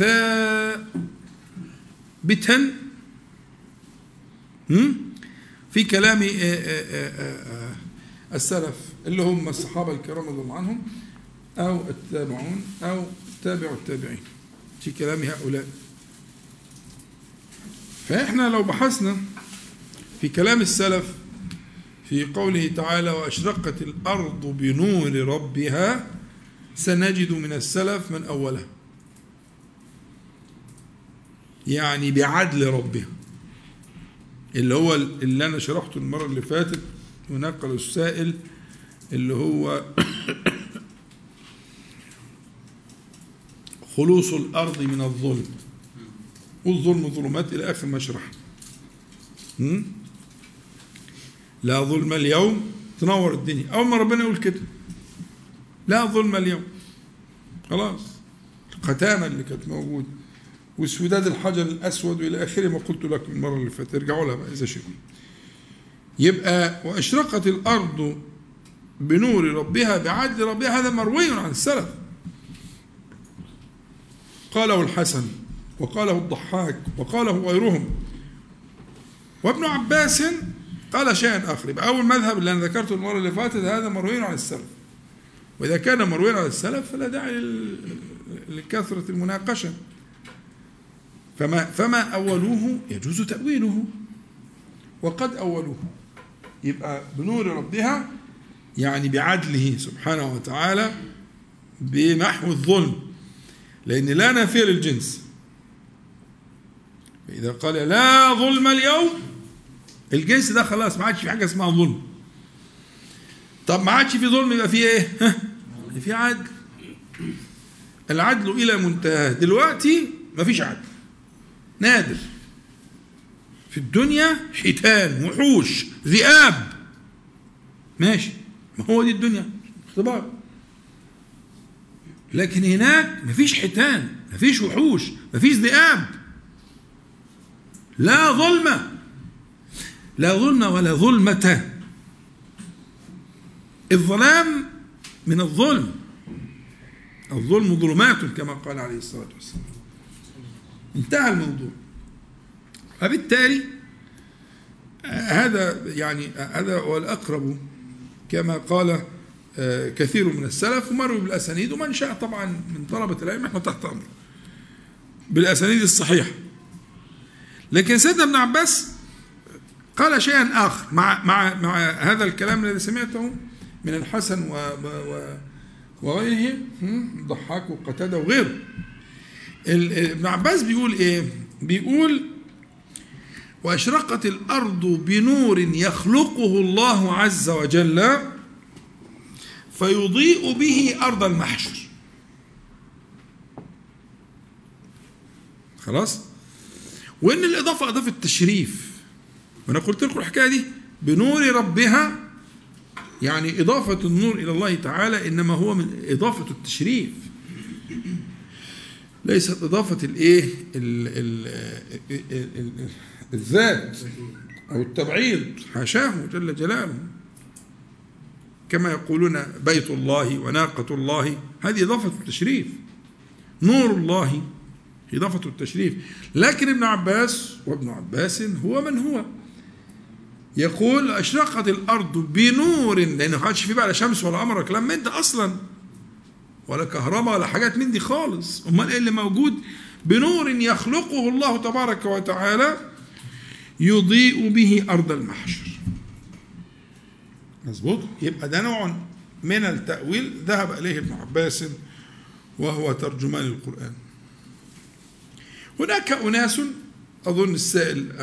ثابتا في كلام السلف اللي هم الصحابة الكرام رضي الله عنهم أو التابعون أو تابع التابعين في كلام هؤلاء. فإحنا لو بحثنا في كلام السلف في قوله تعالى وأشرقت الأرض بنور ربها سنجد من السلف من أولها، يعني بعدل ربها، اللي هو اللي أنا شرحته المرة اللي فاتت ونقل السائل اللي هو خلوص الأرض من الظلم، والظلم ظلمات إلى آخر ما شرح. لا ظلم اليوم، تنور الدنيا أول ما ربنا يقول كده لا ظلم اليوم، خلاص القتامة اللي كانت موجودة وسوداد الحجر الأسود وإلى آخره ما قلت لكم المرة اللي فاتت، ارجعوا لها بقى إذا شئتم. يبقى وأشرقت الأرض بنور ربها بعدل ربها، هذا مروي عن السلف، قاله الحسن وقاله الضحاك وقاله غيرهم، وابن عباس قال شيئا آخر. يبقى أول مذهب اللي أنا ذكرته المرة اللي فاتت هذا مروي عن السلف، وإذا كان مروي عن السلف فلا داعي لكثرة المناقشة، فما أولوه يجوز تأويله، وقد أولوه يبقى بنور ربها يعني بعدله سبحانه وتعالى بمحو الظلم، لأن لا نافية للجنس، فإذا قال لا ظلم اليوم الجنس ده خلاص ما عادش في حاجة اسمها ظلم. طب ما عادش في ظلم يبقى في ايه؟ في عدل، العدل إلى منتهى. دلوقتي ما فيش عدل، نادر في الدنيا، حيتان وحوش ذئاب، ماشي، ما هو دي الدنيا اختبار، لكن هناك ما فيش حيتان، ما فيش وحوش، ما فيش ذئاب، لا ظلم، لا ظلم ولا ظلمة. الظلام من الظلم، الظلم ظلمات كما قال عليه الصلاة والسلام، انتهى الموضوع. فبالتالي هذا هو الأقرب كما قال كثير من السلف، ومروا بالأسانيد، ومن شاء طبعا من طلبة العلم احنا تحت أمر بالأسانيد الصحيحة. لكن سيدنا ابن عباس قال شيئا آخر مع هذا الكلام الذي سمعته من الحسن وغيره، ضحاك وقتادة وغيره. ابن عباس بيقول ايه؟ بيقول وأشرقت الأرض بنور يخلقه الله عز وجل فيضيء به أرض المحشر. خلاص؟ وإن الإضافة إضافة تشريف، وأنا قلت لكم الحكاية دي، بنور ربها يعني إضافة النور إلى الله تعالى إنما هو من إضافة التشريف، ليست إضافة الإيه الذات أو التبعيض، حاشاه جل جلاله، كما يقولون بيت الله وناقة الله، هذه إضافة التشريف، نور الله إضافة التشريف. لكن ابن عباس وابن عباس هو من هو يقول أشرقت الأرض بنور، لأنه ما عادش في بقى لا شمس ولا قمر ولا كلام من ده أصلا، ولا كهرباء ولا حاجات من دي خالص، أمال إيه اللي موجود؟ بنور يخلقه الله تبارك وتعالى يضيء به أرض المحشر. مظبوط؟ يبقى ده نوع من التأويل ذهب إليه ابن عباس وهو ترجمان القرآن. هناك أناس أظن السائل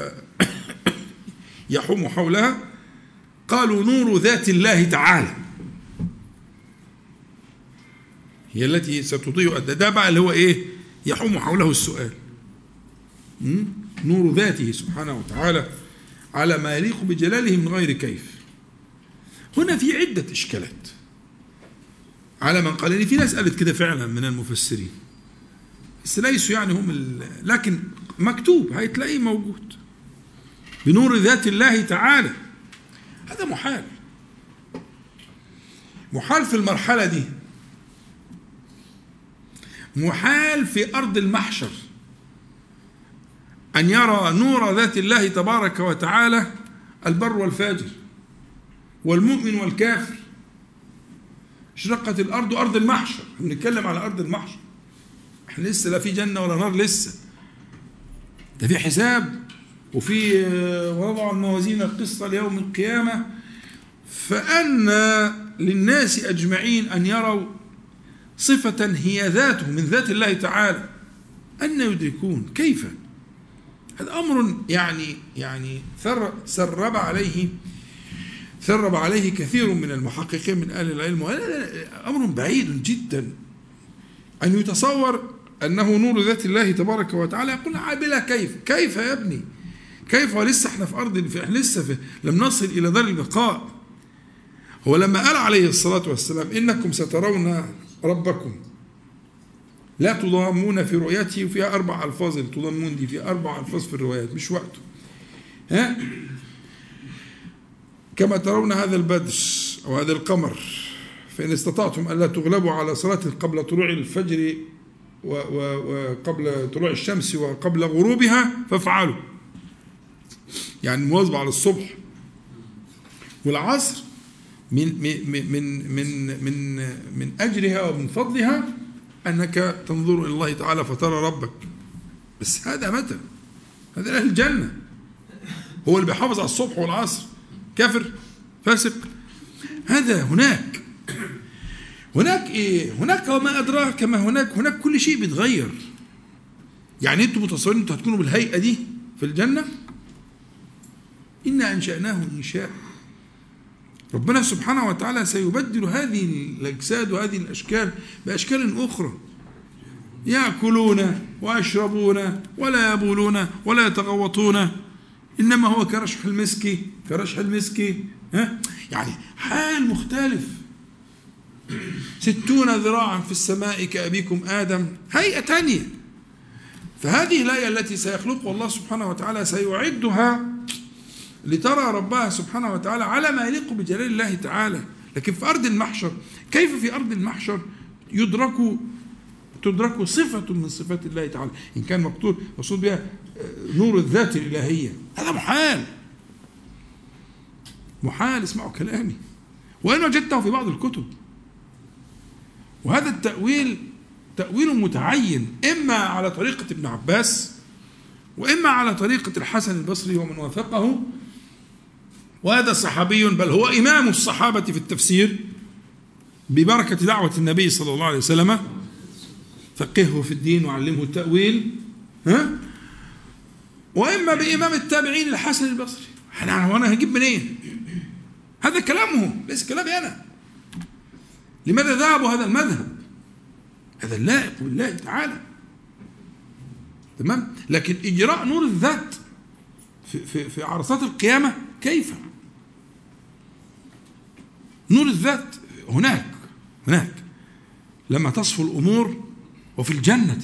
يحوم حولها قالوا نور ذات الله تعالى، هي التي ستضيء. ده بقى اللي هو إيه؟ يحوم حوله السؤال. نور ذاته سبحانه وتعالى على ما يليق بجلاله من غير كيف. هنا في عدة إشكالات على من قال، في ناس قالت كده فعلا من المفسرين، بس ليسوا يعني هم لكن مكتوب هيتلاقيه موجود بنور ذات الله تعالى. هذا محال، محال في المرحلة دي، محال في أرض المحشر أن يرى نور ذات الله تبارك وتعالى البر والفاجر والمؤمن والكافر. اشرقت الأرض أرض المحشر، بنتكلم على أرض المحشر، احنا لسه لا في جنة ولا نار، لسه ده في حساب وفي وضع الموازين القسط ليوم القيامة. فأن للناس أجمعين أن يروا صفة هي ذاته من ذات الله تعالى، أن يدركون كيف؟ هذا أمر يعني ثرب عليه كثير من المحققين من أهل العلم، وهذا أمر بعيد جدا أن يتصور أنه نور ذات الله تبارك وتعالى. يقول بلا كيف يا ابني؟ كيف ولسه احنا في أرض، احنا لسه لم نصل إلى دار البقاء. هو لما قال عليه الصلاة والسلام إنكم سترون ربكم لا تضامون في رؤيته، وفيها 4 ألفاظ، تضامون دي فيها 4 ألفاظ في الروايات مش وقته. كما ترون هذا البدر أو هذا القمر فإن استطعتم ألا تغلبوا على صلاة قبل طلوع الفجر وقبل طلوع الشمس وقبل غروبها فافعلوا، يعني مواظبة على الصبح والعصر. من أجرها ومن فضلها أنك تنظر إلى الله تعالى فترى ربك. بس هذا متى؟ هذا أهل الجنة، هو اللي بيحافظ على الصبح والعصر، كافر فاسق. هذا هناك إيه؟ هناك وما أدراك كما هناك كل شيء بيتغير. يعني أنتم متصورين أنتم هتكونوا بالهيئة دي في الجنة؟ إنا أنشأناه إنشاء. ربنا سبحانه وتعالى سيبدل هذه الأجساد وهذه الأشكال بأشكال أخرى، يأكلون ويشربون ولا يبولون ولا يتغوطون، إنما هو كرشح المسك يعني حال مختلف. 60 ذراعا في السماء كأبيكم آدم، هيئة تانية. فهذه الآية التي سيخلقها الله سبحانه وتعالى سيعدها لترى ربها سبحانه وتعالى على ما يليق بجلال الله تعالى. لكن في أرض المحشر، كيف في أرض المحشر تدرك صفة من صفات الله تعالى إن كان مقصود بها نور الذات الإلهية؟ هذا محال. اسمعوا كلامي، وإن وجدته في بعض الكتب. وهذا تأويل متعين، إما على طريقة ابن عباس وإما على طريقة الحسن البصري ومن وافقه، وهذا صحابي بل هو إمام الصحابة في التفسير ببركة دعوة النبي صلى الله عليه وسلم، فقهه في الدين وعلمه التأويل. وإما بإمام التابعين الحسن البصري. وأنا هجيب منين؟ هذا كلامه ليس كلامي أنا. لماذا ذهبوا هذا المذهب؟ هذا اللائق بالله تعالى، تمام. لكن إجراء نور الذات في عرصات القيامة كيف؟ نور الذات هناك لما تصفو الأمور. وفي الجنة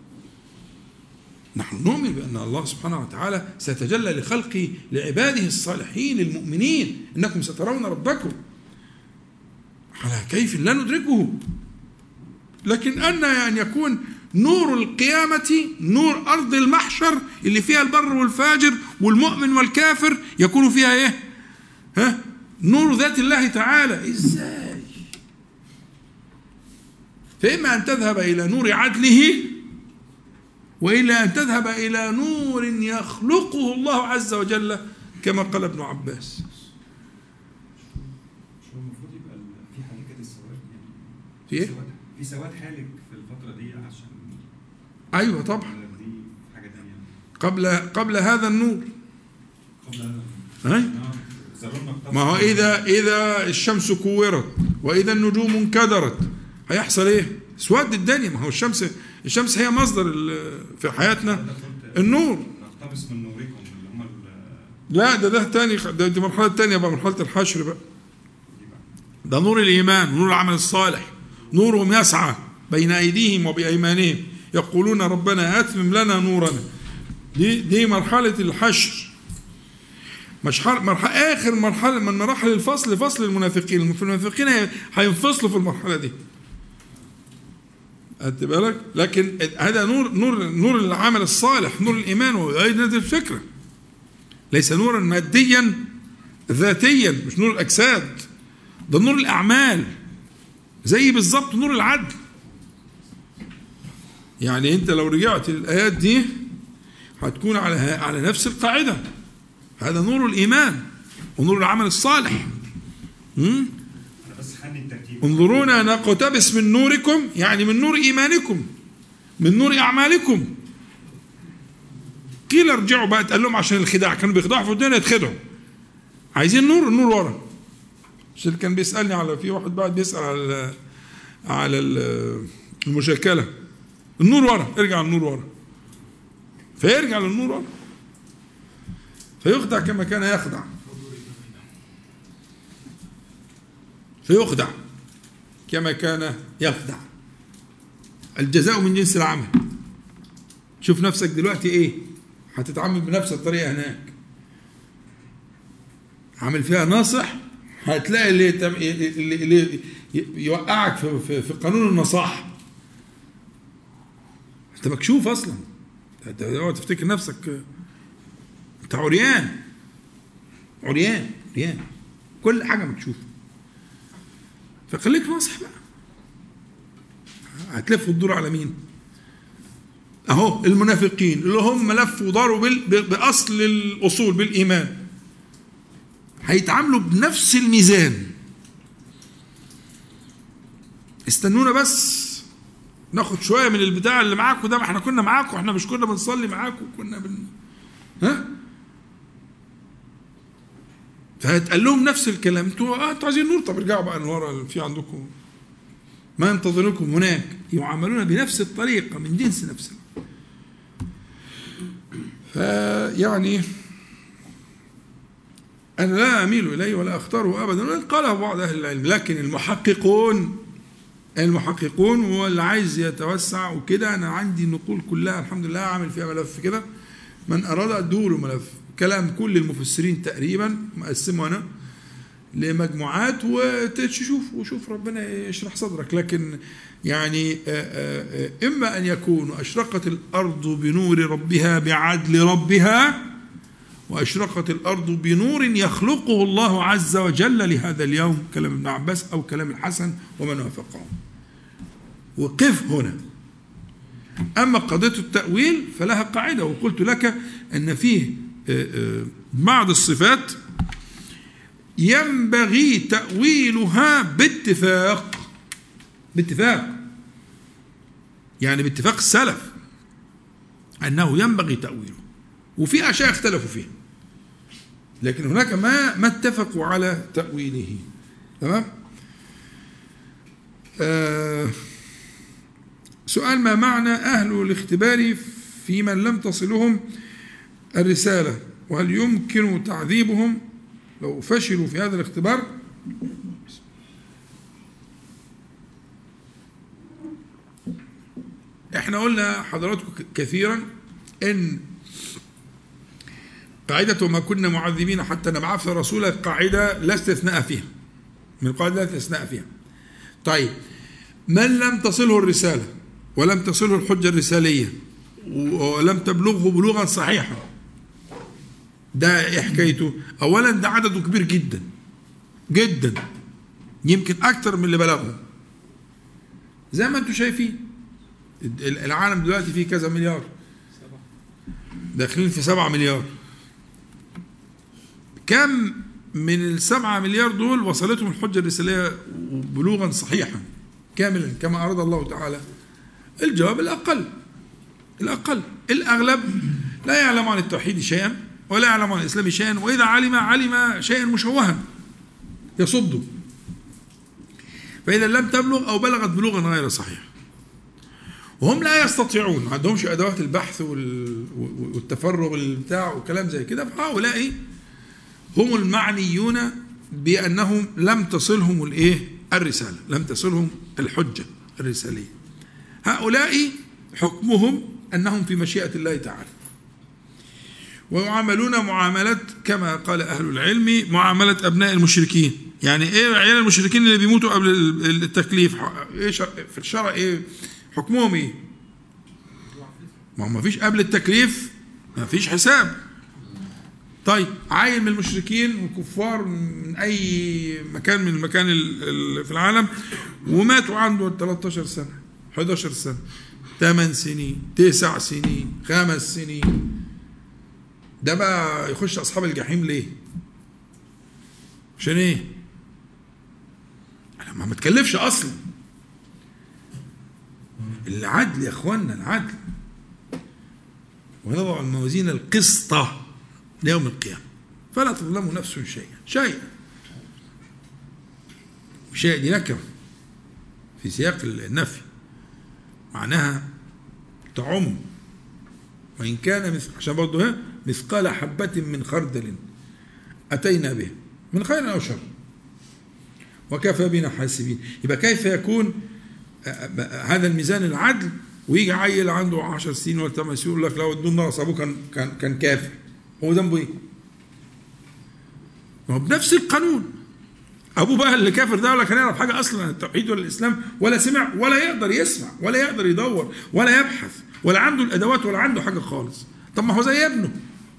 نحن نؤمن بأن الله سبحانه وتعالى سيتجلى لخلقه لعباده الصالحين المؤمنين، إنكم سترون ربكم على كيف لا ندركه. لكن أن يكون نور القيامة نور أرض المحشر اللي فيها البر والفاجر والمؤمن والكافر، يكون فيها إيه؟ نور ذات الله تعالى. إزاي؟ فإما أن تذهب إلى نور عدله، وإلا أن تذهب إلى نور يخلقه الله عز وجل كما قال ابن عباس. شو المفروض يبقى في حركة السواد، يعني في إيه؟ في سواد حالك في الفترة دي عشان أيوة طبعا دي حاجة تانية قبل هذا النور. ما هو إذا الشمس كورت وإذا النجوم انكدرت هيحصل إيه؟ اسود الدنيا. ما هو الشمس هي مصدر في حياتنا النور. نقتبس من نوركم اللي هم لا ده تاني، دي مرحلة تانية بقى، مرحلة الحشر بقى. ده نور الإيمان ونور العمل الصالح. نورهم يسعى بين أيديهم وبأيمانهم يقولون ربنا أتمم لنا نورنا. دي مرحلة الحشر. آخر مرحلة من مراحل الفصل فصل المنافقين. المنافقين هينفصلوا في المرحلة دي. خدت بالك؟ لكن هذا نور العمل الصالح، نور الإيمان، وأيضا الفكرة. ليس نورا ماديا ذاتيا، مش نور الأجساد، ده نور الأعمال، زي بالظبط نور العدل. يعني أنت لو رجعت للآيات دي هتكون على نفس القاعدة. هذا نور الإيمان ونور العمل الصالح. بس حني الترتيب. انظرونا نقتبس من نوركم، يعني من نور إيمانكم، من نور أعمالكم. قيل ارجعوا بقى، تقال لهم عشان الخداع، كانوا بيخدعوا في الدنيا يتخدعوا. عايزين النور ورا. عشان كان بيسألني على، في واحد بعد بيسأل على المشاكلة، النور ورا، ارجع النور ورا. فيرجع للنور ورا، فيخدع كما كان يخدع، فيخدع كما كان يخدع. الجزاء من جنس العمل. شوف نفسك دلوقتي ايه، هتتعامل بنفس الطريقة هناك. عامل فيها ناصح، هتلاقي اللي يوقعك في قانون النصاح. انت مكشوف اصلا، انت تفتكر نفسك انت عريان، كل حاجة مكشوفة. فخليك ناصح بقى. هتلف الدور على مين؟ اهو المنافقين اللي هم لفوا وداروا باصل الاصول بالايمان، هيتعاملوا بنفس الميزان. استنونا بس ناخد شويه من البتاع اللي معاكم ده، ما احنا كنا معاكم، احنا مش كنا بنصلي معاكم، كنا ها. فهتقال لهم نفس الكلام. انتوا عايزين نور، طب ارجعوا بقى لورا، في عندكم ما ينتظركم هناك. يعاملون بنفس الطريقه من جنس نفسهم. فيعني أنا لا أميل إليه ولا أختاره أبدا، قاله بعض أهل العلم. لكن المحققون هو اللي عايز يتوسع وكده. أنا عندي نقول كلها الحمد لله عامل فيها ملف كده، من أراد أدوله ملف كلام كل المفسرين تقريبا، مقسمه أنا لمجموعات، وشوف ربنا يشرح صدرك. لكن يعني إما أن يكون أشرقت الأرض بنور ربها بعدل ربها، وأشرقت الأرض بنور يخلقه الله عز وجل لهذا اليوم، كلام ابن عباس أو كلام الحسن ومن وافقه. وقف هنا. أما قضية التأويل فلها قاعدة، وقلت لك أن فيه بعض الصفات ينبغي تأويلها باتفاق، يعني باتفاق السلف أنه ينبغي تأويله، وفي أشياء اختلفوا فيها، لكن هناك ما اتفقوا على تأويله. تمام. سؤال: ما معنى أهل الاختبار في من لم تصلهم الرسالة؟ وهل يمكن تعذيبهم لو فشلوا في هذا الاختبار؟ احنا قلنا حضراتكم كثيرا ان قاعدة وما كنا معذبين حتى نبعث رسولا قاعدة لا استثناء فيها، من القاعدة لا استثناء فيها. طيب، من لم تصله الرسالة ولم تصله الحجة الرسالية ولم تبلغه بلوغا صحيحا، ده ايه حكايته؟ اولا ده عدده كبير جدا جدا، يمكن اكتر من اللي بلغه. زي ما انتم شايفين العالم دلوقتي فيه كذا مليار، داخلين في 7 مليار. كم من ال7 مليار دول وصلتهم الحجة الرسالية بلوغا صحيحا كاملا كما أراد الله تعالى؟ الجواب الأقل. الأغلب لا يعلم عن التوحيد شيئا ولا يعلم عن الإسلام شيئا، وإذا علم شيئا مشوها يصده. فإذا لم تبلغ أو بلغت بلوغا غير صحيح، وهم لا يستطيعون، ما عندهمش أدوات البحث والتفرغ البتاع وكلام زي كده. فهؤلاء هم المعنيون بأنهم لم تصلهم الرسالة، لم تصلهم الحجة الرسالية. هؤلاء حكمهم أنهم في مشيئة الله تعالى، ويعاملون معاملة كما قال أهل العلم معاملة أبناء المشركين. يعني إيه عيال المشركين اللي بيموتوا قبل التكليف؟ إيه في الشرع إيه حكمهم إيه؟ ما فيش قبل التكليف، ما فيش حساب. طيب عيل من المشركين وكفار من أي مكان من المكان في العالم وماتوا عنده 13 سنة 11 سنة 8 سنين 9 سنين 5 سنين، ده بقى يخش أصحاب الجحيم ليه؟ عشان إيه؟ ما تكلفش أصلا. العدل يا إخواننا، العدل. ونضع الموازين القسط ليوم القيامة فلا تظلم نفس شيئا. شيء دي نكرة في سياق النفي، معناها تعم، وإن كان عشان برضه مثقال حبة من خردل أتينا به من خير أو شر وكفى بنا حاسبين. يبقى كيف يكون هذا الميزان العدل ويجي عيل عنده 10 سنين ولا 8 سنين يقول لك لو ادوا النار أصابوه كان كافر، هو ذنبه ايه؟ هو بنفس القانون. ابوه بقى اللي كافر ده ولا كان يعرف حاجه اصلا عن التوحيد ولا الاسلام، ولا سمع ولا يقدر يسمع ولا يقدر يدور ولا يبحث ولا عنده الادوات ولا عنده حاجه خالص. طب ما هو زي ابنه،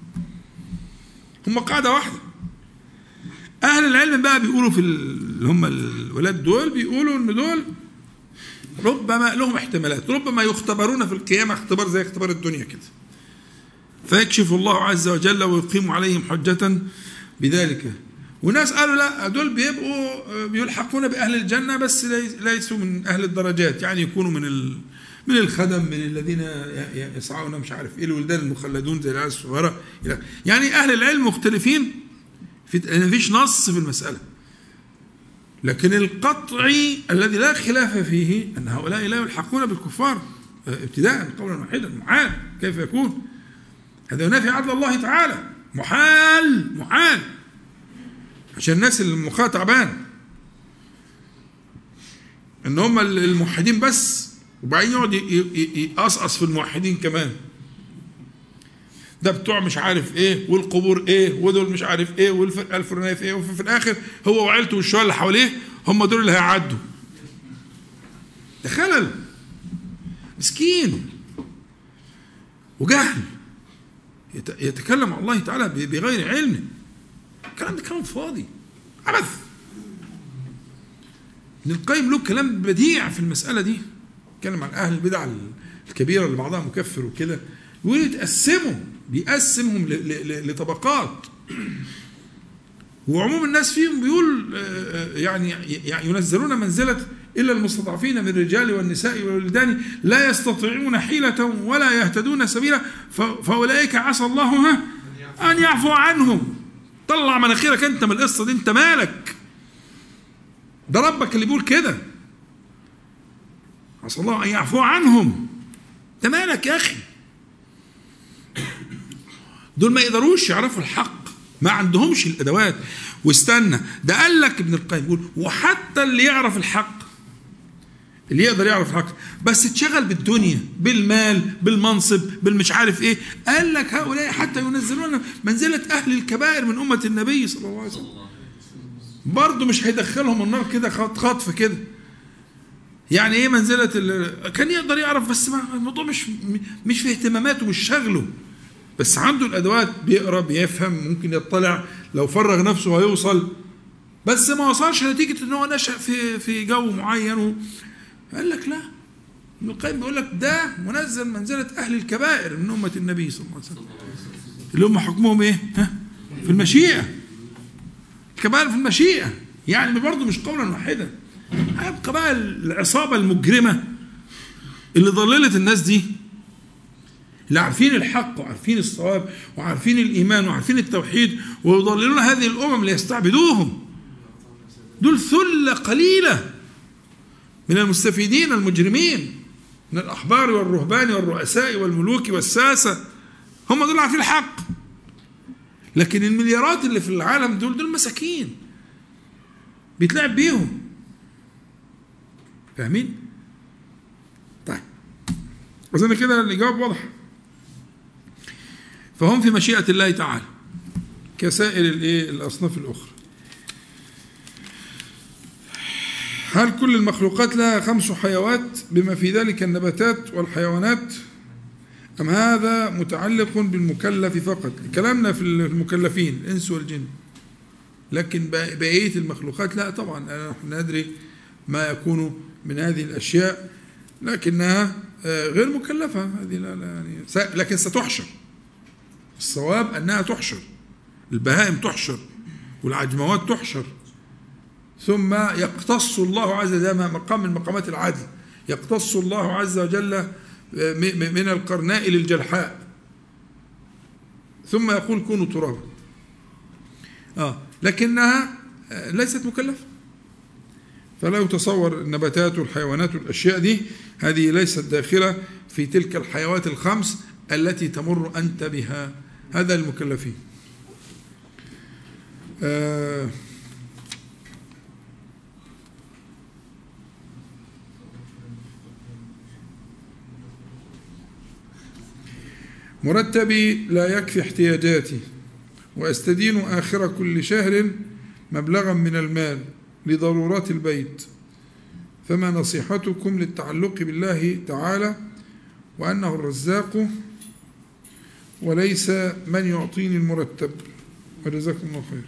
هم قاعده واحده. اهل العلم بقى بيقولوا في اللي هم الولاد دول، بيقولوا ان دول ربما لهم احتمالات، ربما يختبرون في القيامه اختبار زي اختبار الدنيا كده، فيكشف الله عز وجل ويقيم عليهم حجة بذلك. وناس قالوا لا، دول بيبقوا بيلحقون بأهل الجنة بس ليسوا من أهل الدرجات، يعني يكونوا من الخدم، من الذين يسعون مش عارف ايه، الولدان المخلدون زي العيال الصغيرة. يعني أهل العلم مختلفين ما فيش نص في المسألة، لكن القطعي الذي لا خلاف فيه أن هؤلاء لا يلحقون بالكفار ابتداء قولا واحدا. محال، كيف يكون؟ هذا ينافي عدل الله تعالى. محال عشان الناس المخها تعبان ان هم الموحدين بس، وبعدين يقعد يقصقص في الموحدين كمان، ده بتوع مش عارف ايه والقبور ايه ودول مش عارف ايه والفرقه الفلانيه في ايه، وفي الاخر هو وعيلته والشويه اللي حواليه هم دول اللي هيعدوا. ده خلل، مسكين وجهل، يتكلم عن الله تعالى بغير علم. الكلام ده كلام فاضي عبث. ابن القيم له كلام بديع في المسألة دي، يتكلم عن أهل البدع الكبيرة اللي بعضها مكفر وكده، يقول يتقسموا، بيقسمهم لطبقات، وعموم الناس فيهم بيقول يعني ينزلون منزلة إلا المستضعفين من الرجال والنساء والولدان لا يستطيعون حيلة ولا يهتدون سبيلا فأولئك عسى الله أن يعفو عنهم. طلع مناخيرك أنت من القصة دي، أنت مالك؟ ده ربك اللي بيقول كده، عسى الله أن يعفو عنهم. أنت مالك يا أخي؟ دول ما يقدروش يعرفوا الحق، ما عندهمش الأدوات. واستنى، ده قال لك ابن القيم يقول وحتى اللي يعرف الحق، اللي يقدر يعرف الحق بس اتشغل بالدنيا، بالمال، بالمنصب، بالمش عارف ايه، قال لك هؤلاء حتى ينزلون منزلة أهل الكبائر من أمة النبي صلى الله عليه وسلم. برضه مش هيدخلهم النار كده خطف كده. يعني ايه منزلة كان يقدر يعرف بس الموضوع مش في اهتماماته، مش شغله، بس عنده الأدوات، بيقرأ بيفهم، ممكن يطلع، لو فرغ نفسه هيوصل، بس ما وصلش نتيجة ان هو نشأ في جو معين. قال لك لا، ابن القيم بيقول لك ده منزل منزلة أهل الكبائر من أمة النبي صلى الله عليه وسلم، اللي هم حكمهم ايه؟ في المشيئة. الكبائر في المشيئة، يعني برضه مش قولا واحدا. هيبقى بقى العصابة المجرمة اللي ضللت الناس دي، اللي عارفين الحق وعارفين الصواب وعارفين الإيمان وعارفين التوحيد، ويضللون هذه الأمم ليستعبدوهم. دول ثلة قليلة من المستفيدين المجرمين. من الأحبار والرهبان والرؤساء والملوك والساسة، هم دول عارفين الحق. لكن المليارات اللي في العالم دول مساكين بيتلعب بيهم، فاهمين؟ طيب أظن كده الإجابة واضحة. فهم في مشيئة الله تعالى كسائر الأصناف الأخرى. هل كل المخلوقات لها 5 حيوات بما في ذلك النباتات والحيوانات، أم هذا متعلق بالمكلف فقط؟ كلامنا في المكلفين الإنس والجن، لكن بقية المخلوقات لا طبعا نحن ندري ما يكون من هذه الأشياء لكنها غير مكلفة هذه لا يعني، لكن ستحشر. الصواب أنها تحشر، البهائم تحشر والعجموات تحشر، ثم يقتص الله عز وجل مقام من مقامات العدل، يقتص الله عز وجل من القرناء للجلحاء ثم يقول كونوا ترابا. لكنها ليست مكلفة، فلا يتصور النباتات والحيوانات والأشياء دي هذه ليست داخلة في تلك الحيوات ال5 التي تمر أنت بها، هذا المكلفين. مرتبي لا يكفي احتياجاتي وأستدين آخر كل شهر مبلغا من المال لضرورات البيت، فما نصيحتكم للتعلق بالله تعالى وأنه الرزاق وليس من يعطيني المرتب؟ وجزاكم الله خير.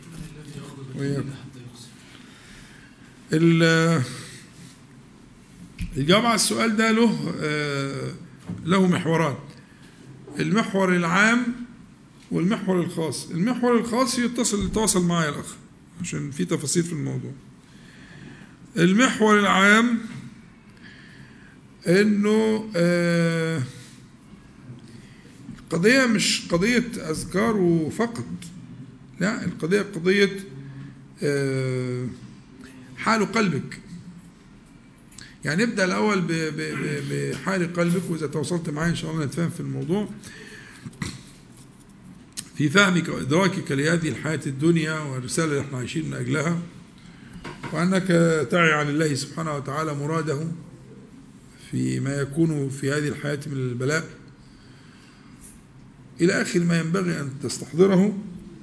الجواب على السؤال ده له محوران، المحور العام والمحور الخاص. المحور الخاص يتواصل معي الأخ عشان في تفاصيل في الموضوع. المحور العام إنه القضية مش قضية أذكار فقط، لا، القضية قضية حال قلبك. يعني نبدأ الأول بحال قلبك، وإذا تواصلت معي إن شاء الله نتفاهم في الموضوع، في فهمك وإدراكك لهذه الحياة الدنيا والرسالة اللي احنا عايشين من أجلها، وأنك تعي عن الله سبحانه وتعالى مراده فيما يكون في هذه الحياة من البلاء إلى آخر ما ينبغي أن تستحضره،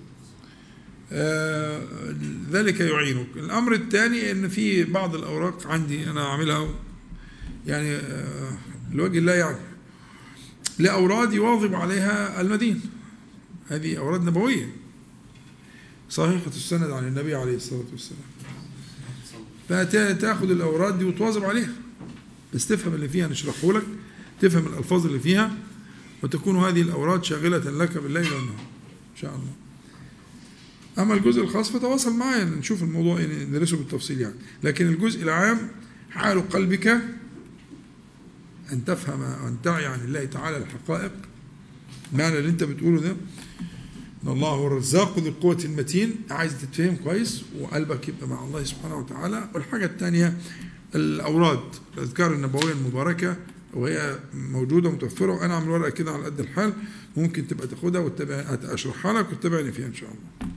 ذلك يعينك. الأمر الثاني أن في بعض الأوراق عندي أنا أعملها يعني لوجه الله، يعني لأوراد يواظب عليها المدين، هذه أوراد نبوية صحيحة السند عن النبي عليه الصلاة والسلام، فتأخذ الأوراد دي وتواظب عليها، بس تفهم اللي فيها نشرحه لك، تفهم الألفاظ اللي فيها، وتكون هذه الأوراد شاغلة لك بالليل والنهار إن شاء الله. أما الجزء الخاص فتواصل معي نشوف الموضوع ندرسه بالتفصيل يعني. لكن الجزء العام حال قلبك أن تفهم وأن تعي عن الله تعالى الحقائق، معنى اللي أنت بتقوله ده إن الله هو الرزاق ذو القوة المتين، عايز تتفهم كويس وقلبك يبقى مع الله سبحانه وتعالى. والحاجة الثانية الأوراد الأذكار النبوية المباركة، وهي موجودة متوفرة، وأنا أعمل ورقة كده على قد الحال، ممكن تبقى تاخدها أشرحها لك وتتابعني فيها إن شاء الله.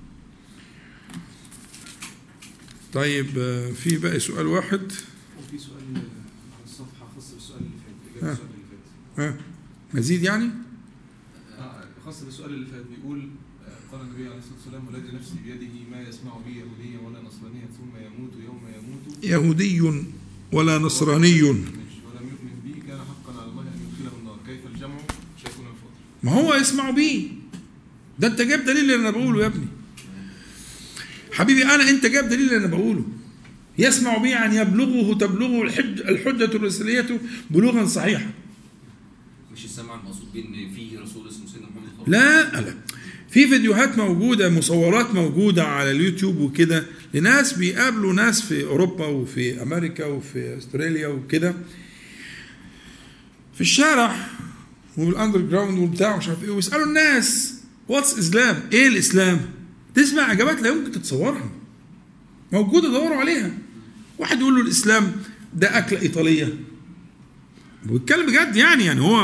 طيب في باقي سؤال واحد، وفي سؤال على الصفحة خاص بالسؤال اللي فات، السؤال اللي فات مزيد يعني خاص بالسؤال اللي فات، بيقول قال النبي عليه الصلاة والسلام والذي نفسي بيده ما يسمع به يهوديا ولا نصرانيا ثم يموت يوم يموت يهودي ولا نصراني ولم يؤمن به كان حقا على الله أن يدخله النار، كيف الجمع شيخنا الفاضل؟ ما هو يسمع به، ده أنت جاب دليل اللي أنا بقوله يا ابني حبيبي، أنت جاب دليل اللي أنا بقوله. يسمع به عن تبلغه الحجة الرسالية بلوغا صحيحا. مش السمع المقصود بيه ان في رسول اسمه سيدنا محمد؟ لا، في فيديوهات موجودة، مصورات موجودة على اليوتيوب وكده، لناس بيقابلوا ناس في أوروبا وفي أمريكا وفي أستراليا وكده في الشارع والأندر جراوند وبتاع مش عارف إيه، ويسألوا الناس واتس إسلام، إيه الإسلام؟ تسمع إجابات لا يمكن تتصورها، موجودة، دوروا عليها. واحد يقول له الإسلام ده أكلة إيطالية، بيتكلم بجد يعني هو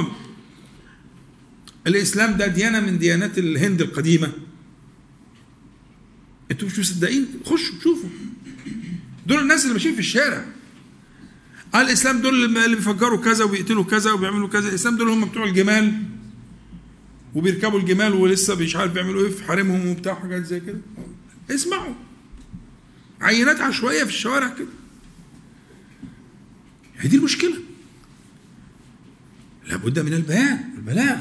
الإسلام ده ديانة من ديانات الهند القديمة. انتوا مش مصدقين؟ خشوا شوفوا دول الناس اللي ماشيين في الشارع. الإسلام دول اللي بيفجروا كذا وبيقتلوا كذا وبيعملوا كذا. الإسلام دول هم بتوع الجمال وبيركبوا الجمال ولسه مش عارف بيعملوا ايه في حريمهم وبتاع حاجات زي كده. اسمعوا عينات عشوائية في الشوارع كده. هي دي المشكلة. لابد من البلاغ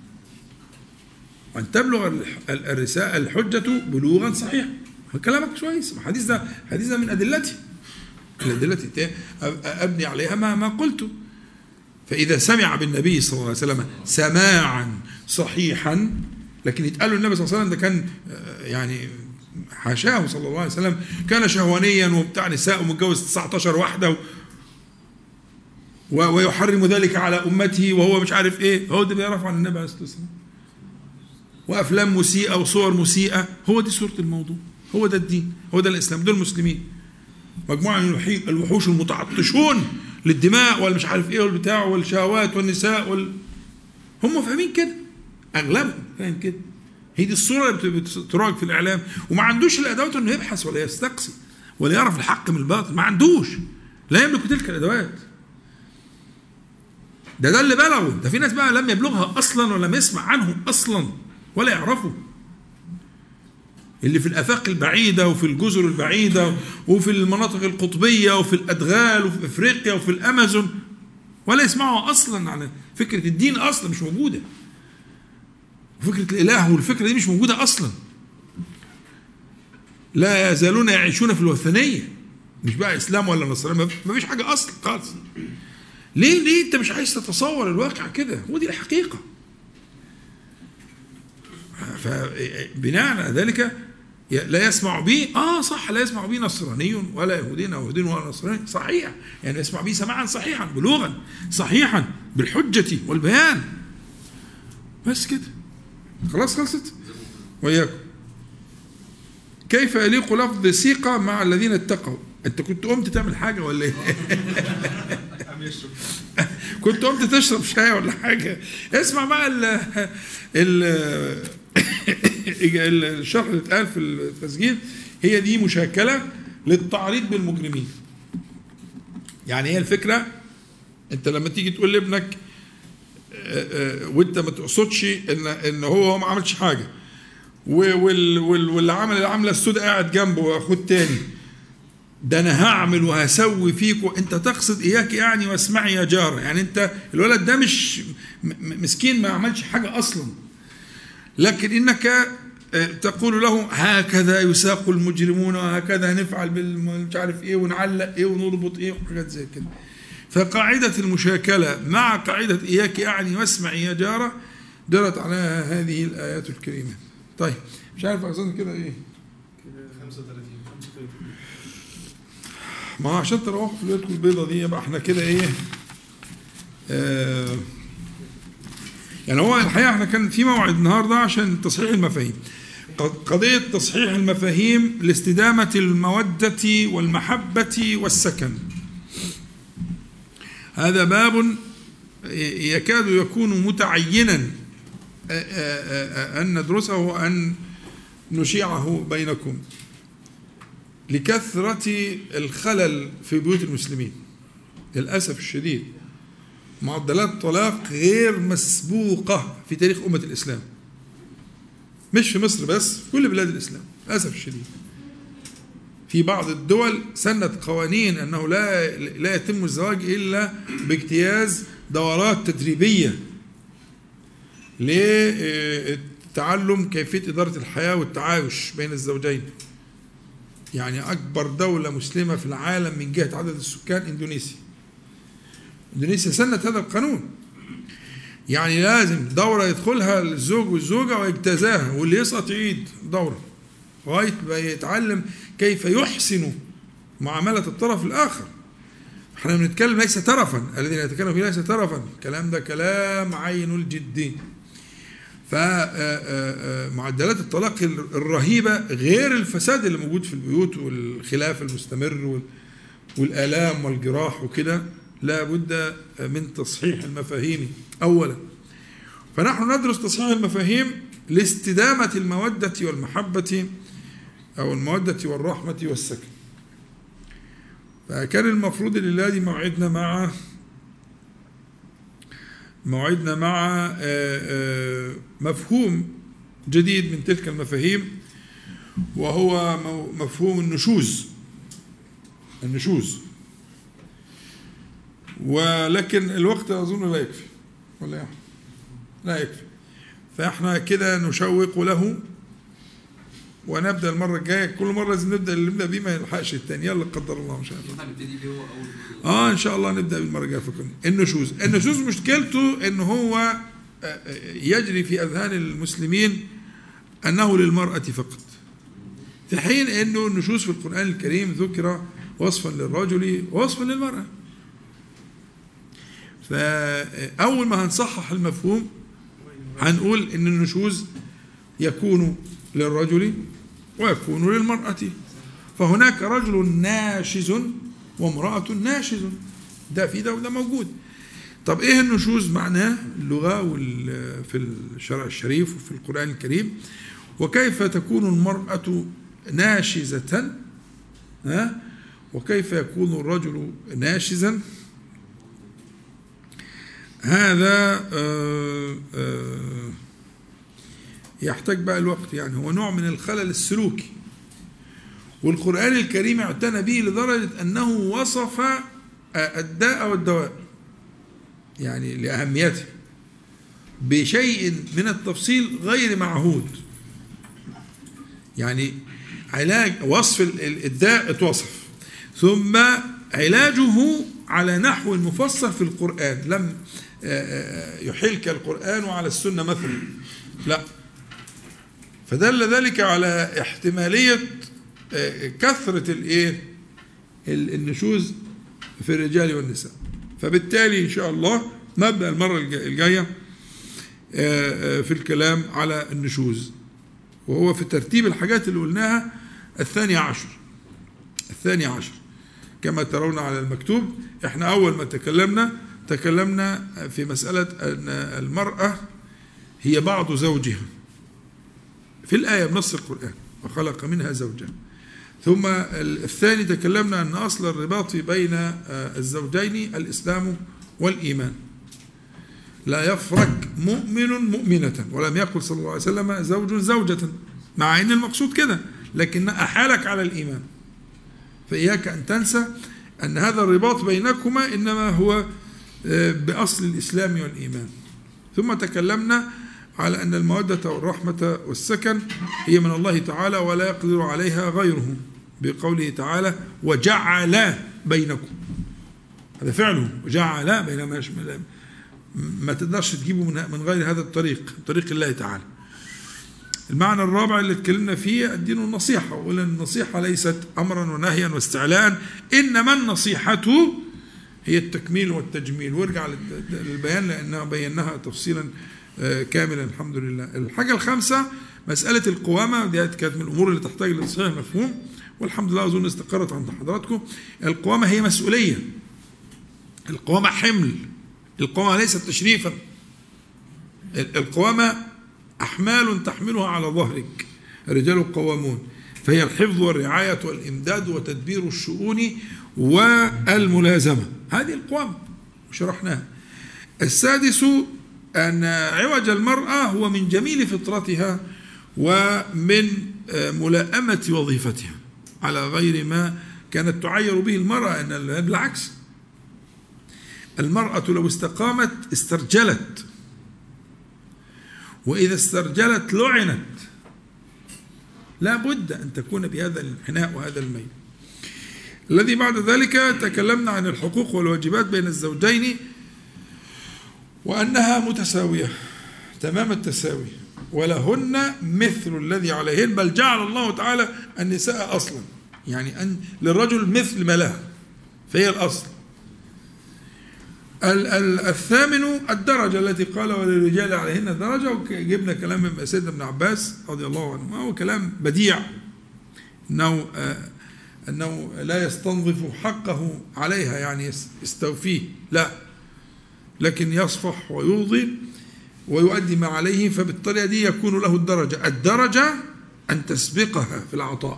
وأن تبلغ الرسالة الحجة بلوغا صحيحا. كلامك كويس. الحديث ده من أدلتي أبني عليها ما قلته. فإذا سمع بالنبي صلى الله عليه وسلم سماعا صحيحا، لكن يتقال له النبي صلى الله عليه وسلم ده كان يعني حاشاه صلى الله عليه وسلم كان شهوانيا وبتاع نساء ومتجوز 19 واحدة ويحرم ذلك على أمته وهو مش عارف إيه. هو ده بيعرف عن النبي عليه الصلاة والسلام. وأفلام مسيئة وصور مسيئة. هو دي صورة الموضوع. هو ده الدين. هو ده الإسلام. دول المسلمين مجموعة من الوحوش المتعطشون للدماء والمش عارف إيه والبتاع والشهوات والنساء هم فاهمين كده. أغلبهم فاهم كده. هي دي الصورة اللي بتراج في الإعلام. وما عندوش الأدوات إنه يبحث ولا يستقصي ولا يعرف الحق من الباطل. ما عندوش. لا يملك تلك الأدوات. ده اللي بلغوا. ده في ناس بقى لم يبلغها أصلا ولم يسمع عنهم أصلا ولا يعرفوا. اللي في الآفاق البعيدة وفي الجزر البعيدة وفي المناطق القطبية وفي الأدغال وفي إفريقيا وفي الأمازون ولا يسمعوا أصلا عن فكرة الدين. أصلا مش موجودة. وفكرة الإله والفكرة دي مش موجودة أصلا. لا يزالون يعيشون في الوثنية. مش بقى إسلام ولا نصرانية. ما فيش حاجة أصلا خالص. ليه أنت مش عايز تتصور الواقع كده؟ ودي الحقيقة. فبناء على ذلك لا يسمع به صح لا يسمع به نصراني ولا يهودي ولا نصراني صحيح. يعني يسمع به سماعا صحيحا بلوغا صحيحا بالحجة والبيان. بس كده خلاص خلصت. وإياكم. كيف يليق لفظ ثقة مع الذين اتقوا؟ انت كنت قمت تعمل حاجة ولا ايه؟ كنت قمت تشرب شاي ولا حاجة؟ اسمع بقى الشرح اللي اتقال في التسجيل. هي دي مشاكلة للتعريض بالمجرمين. يعني هي الفكرة انت لما تيجي تقول لابنك وانت ما تقصدش ان هو ما عملش حاجة واللي عمل العملة السوداء قاعد جنبه واخد تاني ده انا هعمل وهسوي فيك وانت تقصد اياك يعني واسمعي يا جارة. يعني انت الولد ده مش مسكين ما عملش حاجة اصلا، لكن انك تقول له هكذا يساق المجرمون وهكذا نفعل بالمش عارف ايه ونعلق ايه ونربط ايه وحاجات زي كده. فقاعدة المشاكلة مع قاعدة إياك أعني واسمعي يا جارة دلت على هذه الآيات الكريمة. طيب مش عارف أظن كده إيه 35 ما عشان تروحوا في ليلتكم البيضة دي يبقى احنا كده إيه يعني هو الحقيقة احنا كان في موعد النهاردة عشان تصحيح المفاهيم. قضية تصحيح المفاهيم لاستدامة المودة والمحبة والسكن. هذا باب يكاد يكون متعينا أن ندرسه وأن نشيعه بينكم لكثرة الخلل في بيوت المسلمين. للأسف الشديد معدلات الطلاق غير مسبوقة في تاريخ أمة الإسلام، مش في مصر بس، في كل بلاد الإسلام للأسف الشديد. في بعض الدول سنت قوانين أنه لا يتم الزواج إلا باجتياز دورات تدريبية لتعلم كيفية إدارة الحياة والتعايش بين الزوجين. يعني أكبر دولة مسلمة في العالم من جهة عدد السكان إندونيسيا. إندونيسيا سنت هذا القانون، يعني لازم دورة يدخلها الزوج والزوجة ويجتازاها، واللي يسقط يعيد دورة لغاية ما يتعلم كيف يحسن معاملة الطرف الآخر. احنا بنتكلم ليس ترفا، الذين يتكلم فيه ليس ترفا، الكلام ده كلام عين الجد. فمعدلات الطلاق الرهيبة غير الفساد اللي موجود في البيوت والخلاف المستمر والآلام والجراح وكده، لا بد من تصحيح المفاهيم أولا. فنحن ندرس تصحيح المفاهيم لاستدامة المودة والمحبة أو المودة والرحمة والسكن. فكان المفروض الليلة دي موعدنا مع مفهوم جديد من تلك المفاهيم، وهو مفهوم النشوز. ولكن الوقت أظن لا يكفي، ولا يعني لا يكفي، فإحنا كده نشوق له ونبدأ المرة الجاية. كل مرة لازم نبدأ بيه ما يلحقش الثاني، يلا قدر الله إن شاء الله. إن شاء الله نبدأ بالمرة الجاية. النشوز مشكلته إن هو يجري في أذهان المسلمين أنه للمرأة فقط، في حين أنه النشوز في القرآن الكريم ذكر وصفا للرجل ووصفا للمرأة. فأول ما هنصحح المفهوم هنقول إن النشوز يكون للرجل ويكون للمرأة، فهناك رجل ناشز وامرأة ناشز، ده في ده وده موجود. طب إيه النشوز معناه اللغة في الشرع الشريف وفي القرآن الكريم، وكيف تكون المرأة ناشزة وكيف يكون الرجل ناشزا؟ هذا يحتاج بقى الوقت، يعني هو نوع من الخلل السلوكي، والقرآن الكريم اعتنى به لدرجة أنه وصف الداء والدواء يعني لأهميته بشيء من التفصيل غير معهود. يعني علاج وصف الداء اتوصف، ثم علاجه على نحو مفصل في القرآن، لم يحيلك القرآن على السنة مثلا، لا، فدل ذلك على احتمالية كثرة النشوز في الرجال والنساء. فبالتالي إن شاء الله نبدأ المرة الجاية في الكلام على النشوز، وهو في ترتيب الحاجات اللي قلناها الثاني عشر كما ترون على المكتوب. احنا أول ما تكلمنا في مسألة أن المرأة هي بعض زوجها في الآية بنص القرآن، وخلق منها زوجها. ثم الثاني تكلمنا أن أصل الرباط بين الزوجين الإسلام والإيمان، لا يفرق مؤمن مؤمنة، ولم يقل صلى الله عليه وسلم زوج زوجة، مع أن المقصود كده، لكن أحالك على الإيمان. فإياك أن تنسى أن هذا الرباط بينكما إنما هو بأصل الإسلام والإيمان. ثم تكلمنا على أن المودة والرحمة والسكن هي من الله تعالى ولا يقدر عليها غيره، بقوله تعالى وجعل بينكم، هذا فعله، وجعل بينما ما تقدرش تجيبه من غير هذا الطريق، طريق الله تعالى. المعنى الرابع اللي اتكلمنا فيه الدين النصيحة، وقلنا النصيحة ليست أمرا ونهيا واستعلاء، إنما النصيحة هي التكميل والتجميل. وارجع للبيان لأنها بيناها تفصيلا كاملا الحمد لله. الحاجة الخامسة مسألة القوامة، دي كانت من الأمور اللي تحتاج لتصحيح المفهوم، والحمد لله أظن استقرت عند حضراتكم. القوامة هي مسؤولية، القوامة حمل، القوامة ليست تشريفا، القوامة أحمال تحملها على ظهرك، الرجال قوامون، فهي الحفظ والرعاية والإمداد وتدبير الشؤون والملازمة، هذه القوامة وشرحناها. السادس أن عوج المرأة هو من جميل فطرتها ومن ملائمة وظيفتها على غير ما كانت تعير به المرأة، أن بالعكس المرأة لو استقامت استرجلت، وإذا استرجلت لعنت، لا بد أن تكون بهذا الانحناء وهذا الميل. الذي بعد ذلك تكلمنا عن الحقوق والواجبات بين الزوجين، وأنها متساوية تمام التساوي، ولهن مثل الذي عليهن، بل جعل الله تعالى النساء أصلا، يعني أن للرجل مثل ما لها، فهي الأصل. الثامن الدرجة التي قال وللرجال عليهن درجة، وجبنا كلام من سيدنا ابن عباس رضي الله عنه، وهو كلام بديع، أنه أنه لا يستنظف حقه عليها يعني يستوفيه، لا، لكن يصفح ويرضي ويؤدي ما عليه، فبالطريقة دي يكون له الدرجة أن تسبقها في العطاء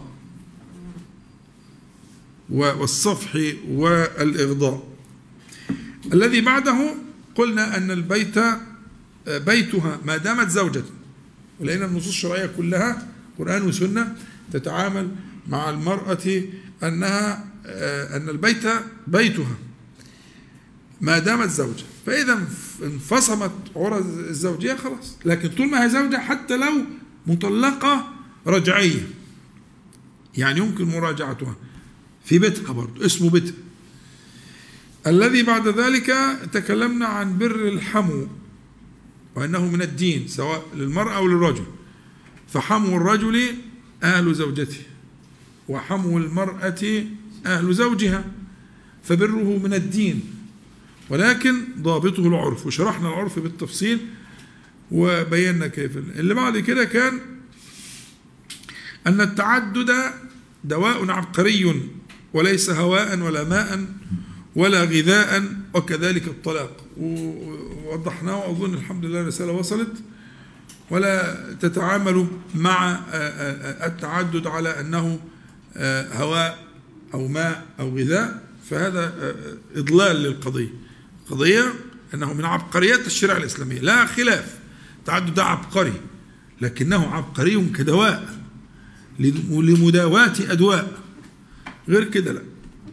والصفح والإغضاء. الذي بعده قلنا أن البيت بيتها ما دامت زوجة، ولأن النصوص الشرعية كلها قرآن وسنة تتعامل مع المرأة أن البيت بيتها ما دامت زوجة، فإذا انفصمت عرى الزوجية خلاص، لكن طول ما هي زوجة حتى لو مطلقة رجعية يعني يمكن مراجعتها في بيتها برضو اسمه بيتها. الذي بعد ذلك تكلمنا عن بر الحمو وأنه من الدين سواء للمرأة أو للرجل، فحمو الرجل أهل زوجته وحمو المرأة أهل زوجها، فبره من الدين، ولكن ضابطه العرف، وشرحنا العرف بالتفصيل وبينا كيف. اللي بعد كده كان أن التعدد دواء عبقري وليس هواء ولا ماء ولا غذاء، وكذلك الطلاق، ووضحناه وأظن الحمد لله الرسالة وصلت. ولا تتعاملوا مع التعدد على أنه هواء أو ماء أو غذاء، فهذا إضلال للقضية. القضية أنه من عبقريات الشريعة الإسلامية لا خلاف، التعدد ده عبقري، لكنه عبقري كدواء لمداواة أدواء، غير كده لا.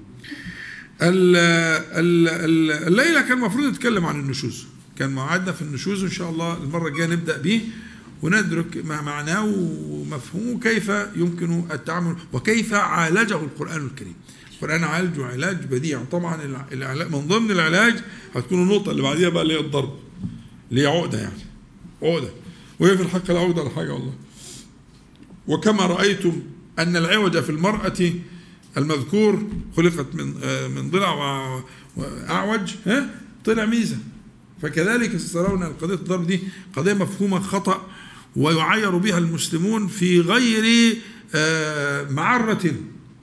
الليلة كان المفروض نتكلم عن النشوز، كان موعدنا في النشوز، وإن شاء الله المرة الجاية نبدأ به وندرك ما معناه ومفهومه، كيف يمكن التعامل وكيف عالجه القرآن الكريم. القرآن عالجه علاج بديع طبعا. من ضمن العلاج هتكون النقطة اللي بعديها بقى اللي هي الضرب، اللي هي عقدة، يعني عقدة، وهي في الحق العقدة على حاجة والله. وكما رأيتم أن العوج في المرأة المذكور خلقت من ضلع وأعوج طلع ميزة، فكذلك سترون قضية الضرب دي قضية مفهومة خطأ، ويعير بها المسلمون في غير معرة،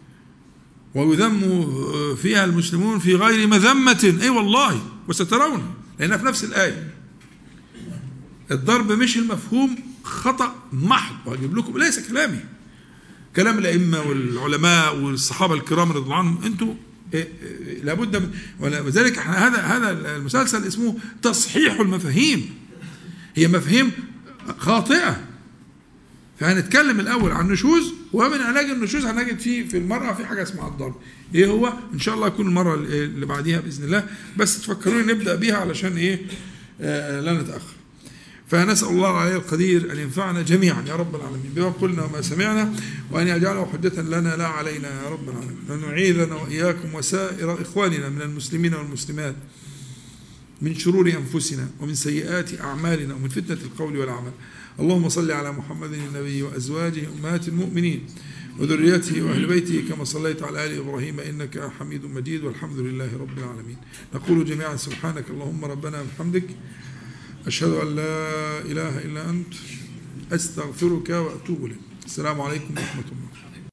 ويذم فيها المسلمون في غير مذمة، أي والله، وسترون لأنها في نفس الآية. الضرب مش المفهوم خطأ محض، وأجيب لكم ليس كلامي، كلام الأئمة والعلماء والصحابة الكرام رضي الله عنهم، أنتم لابد من، ولذلك هذا المسلسل اسمه تصحيح المفاهيم، هي مفاهيم خاطئة. فهنتكلم الأول عن النشوز، ومن علاج النشوز هنجد في المرأة في حاجة اسمها الضرب. إيه هو؟ إن شاء الله يكون المرة اللي بعديها بإذن الله، بس تفكروني نبدأ بيها علشان لا نتأخر. فنسأل الله العلي القدير أن ينفعنا جميعا يا رب العالمين بما قلنا وما سمعنا، وأن يجعله حجة لنا لا علينا يا رب العالمين، وأن يعيذنا وإياكم وسائر إخواننا من المسلمين والمسلمات من شرور أنفسنا ومن سيئات أعمالنا ومن فتنة القول والعمل. اللهم صل على محمد النبي وأزواجه أمهات المؤمنين وذريته وأهل بيته كما صليت على آل إبراهيم إنك حميد مجيد، والحمد لله رب العالمين. نقول جميعا سبحانك اللهم ربنا وبحمدك، أشهد أن لا إله إلا أنت، أستغفرك وأتوب إليك. السلام عليكم ورحمة الله.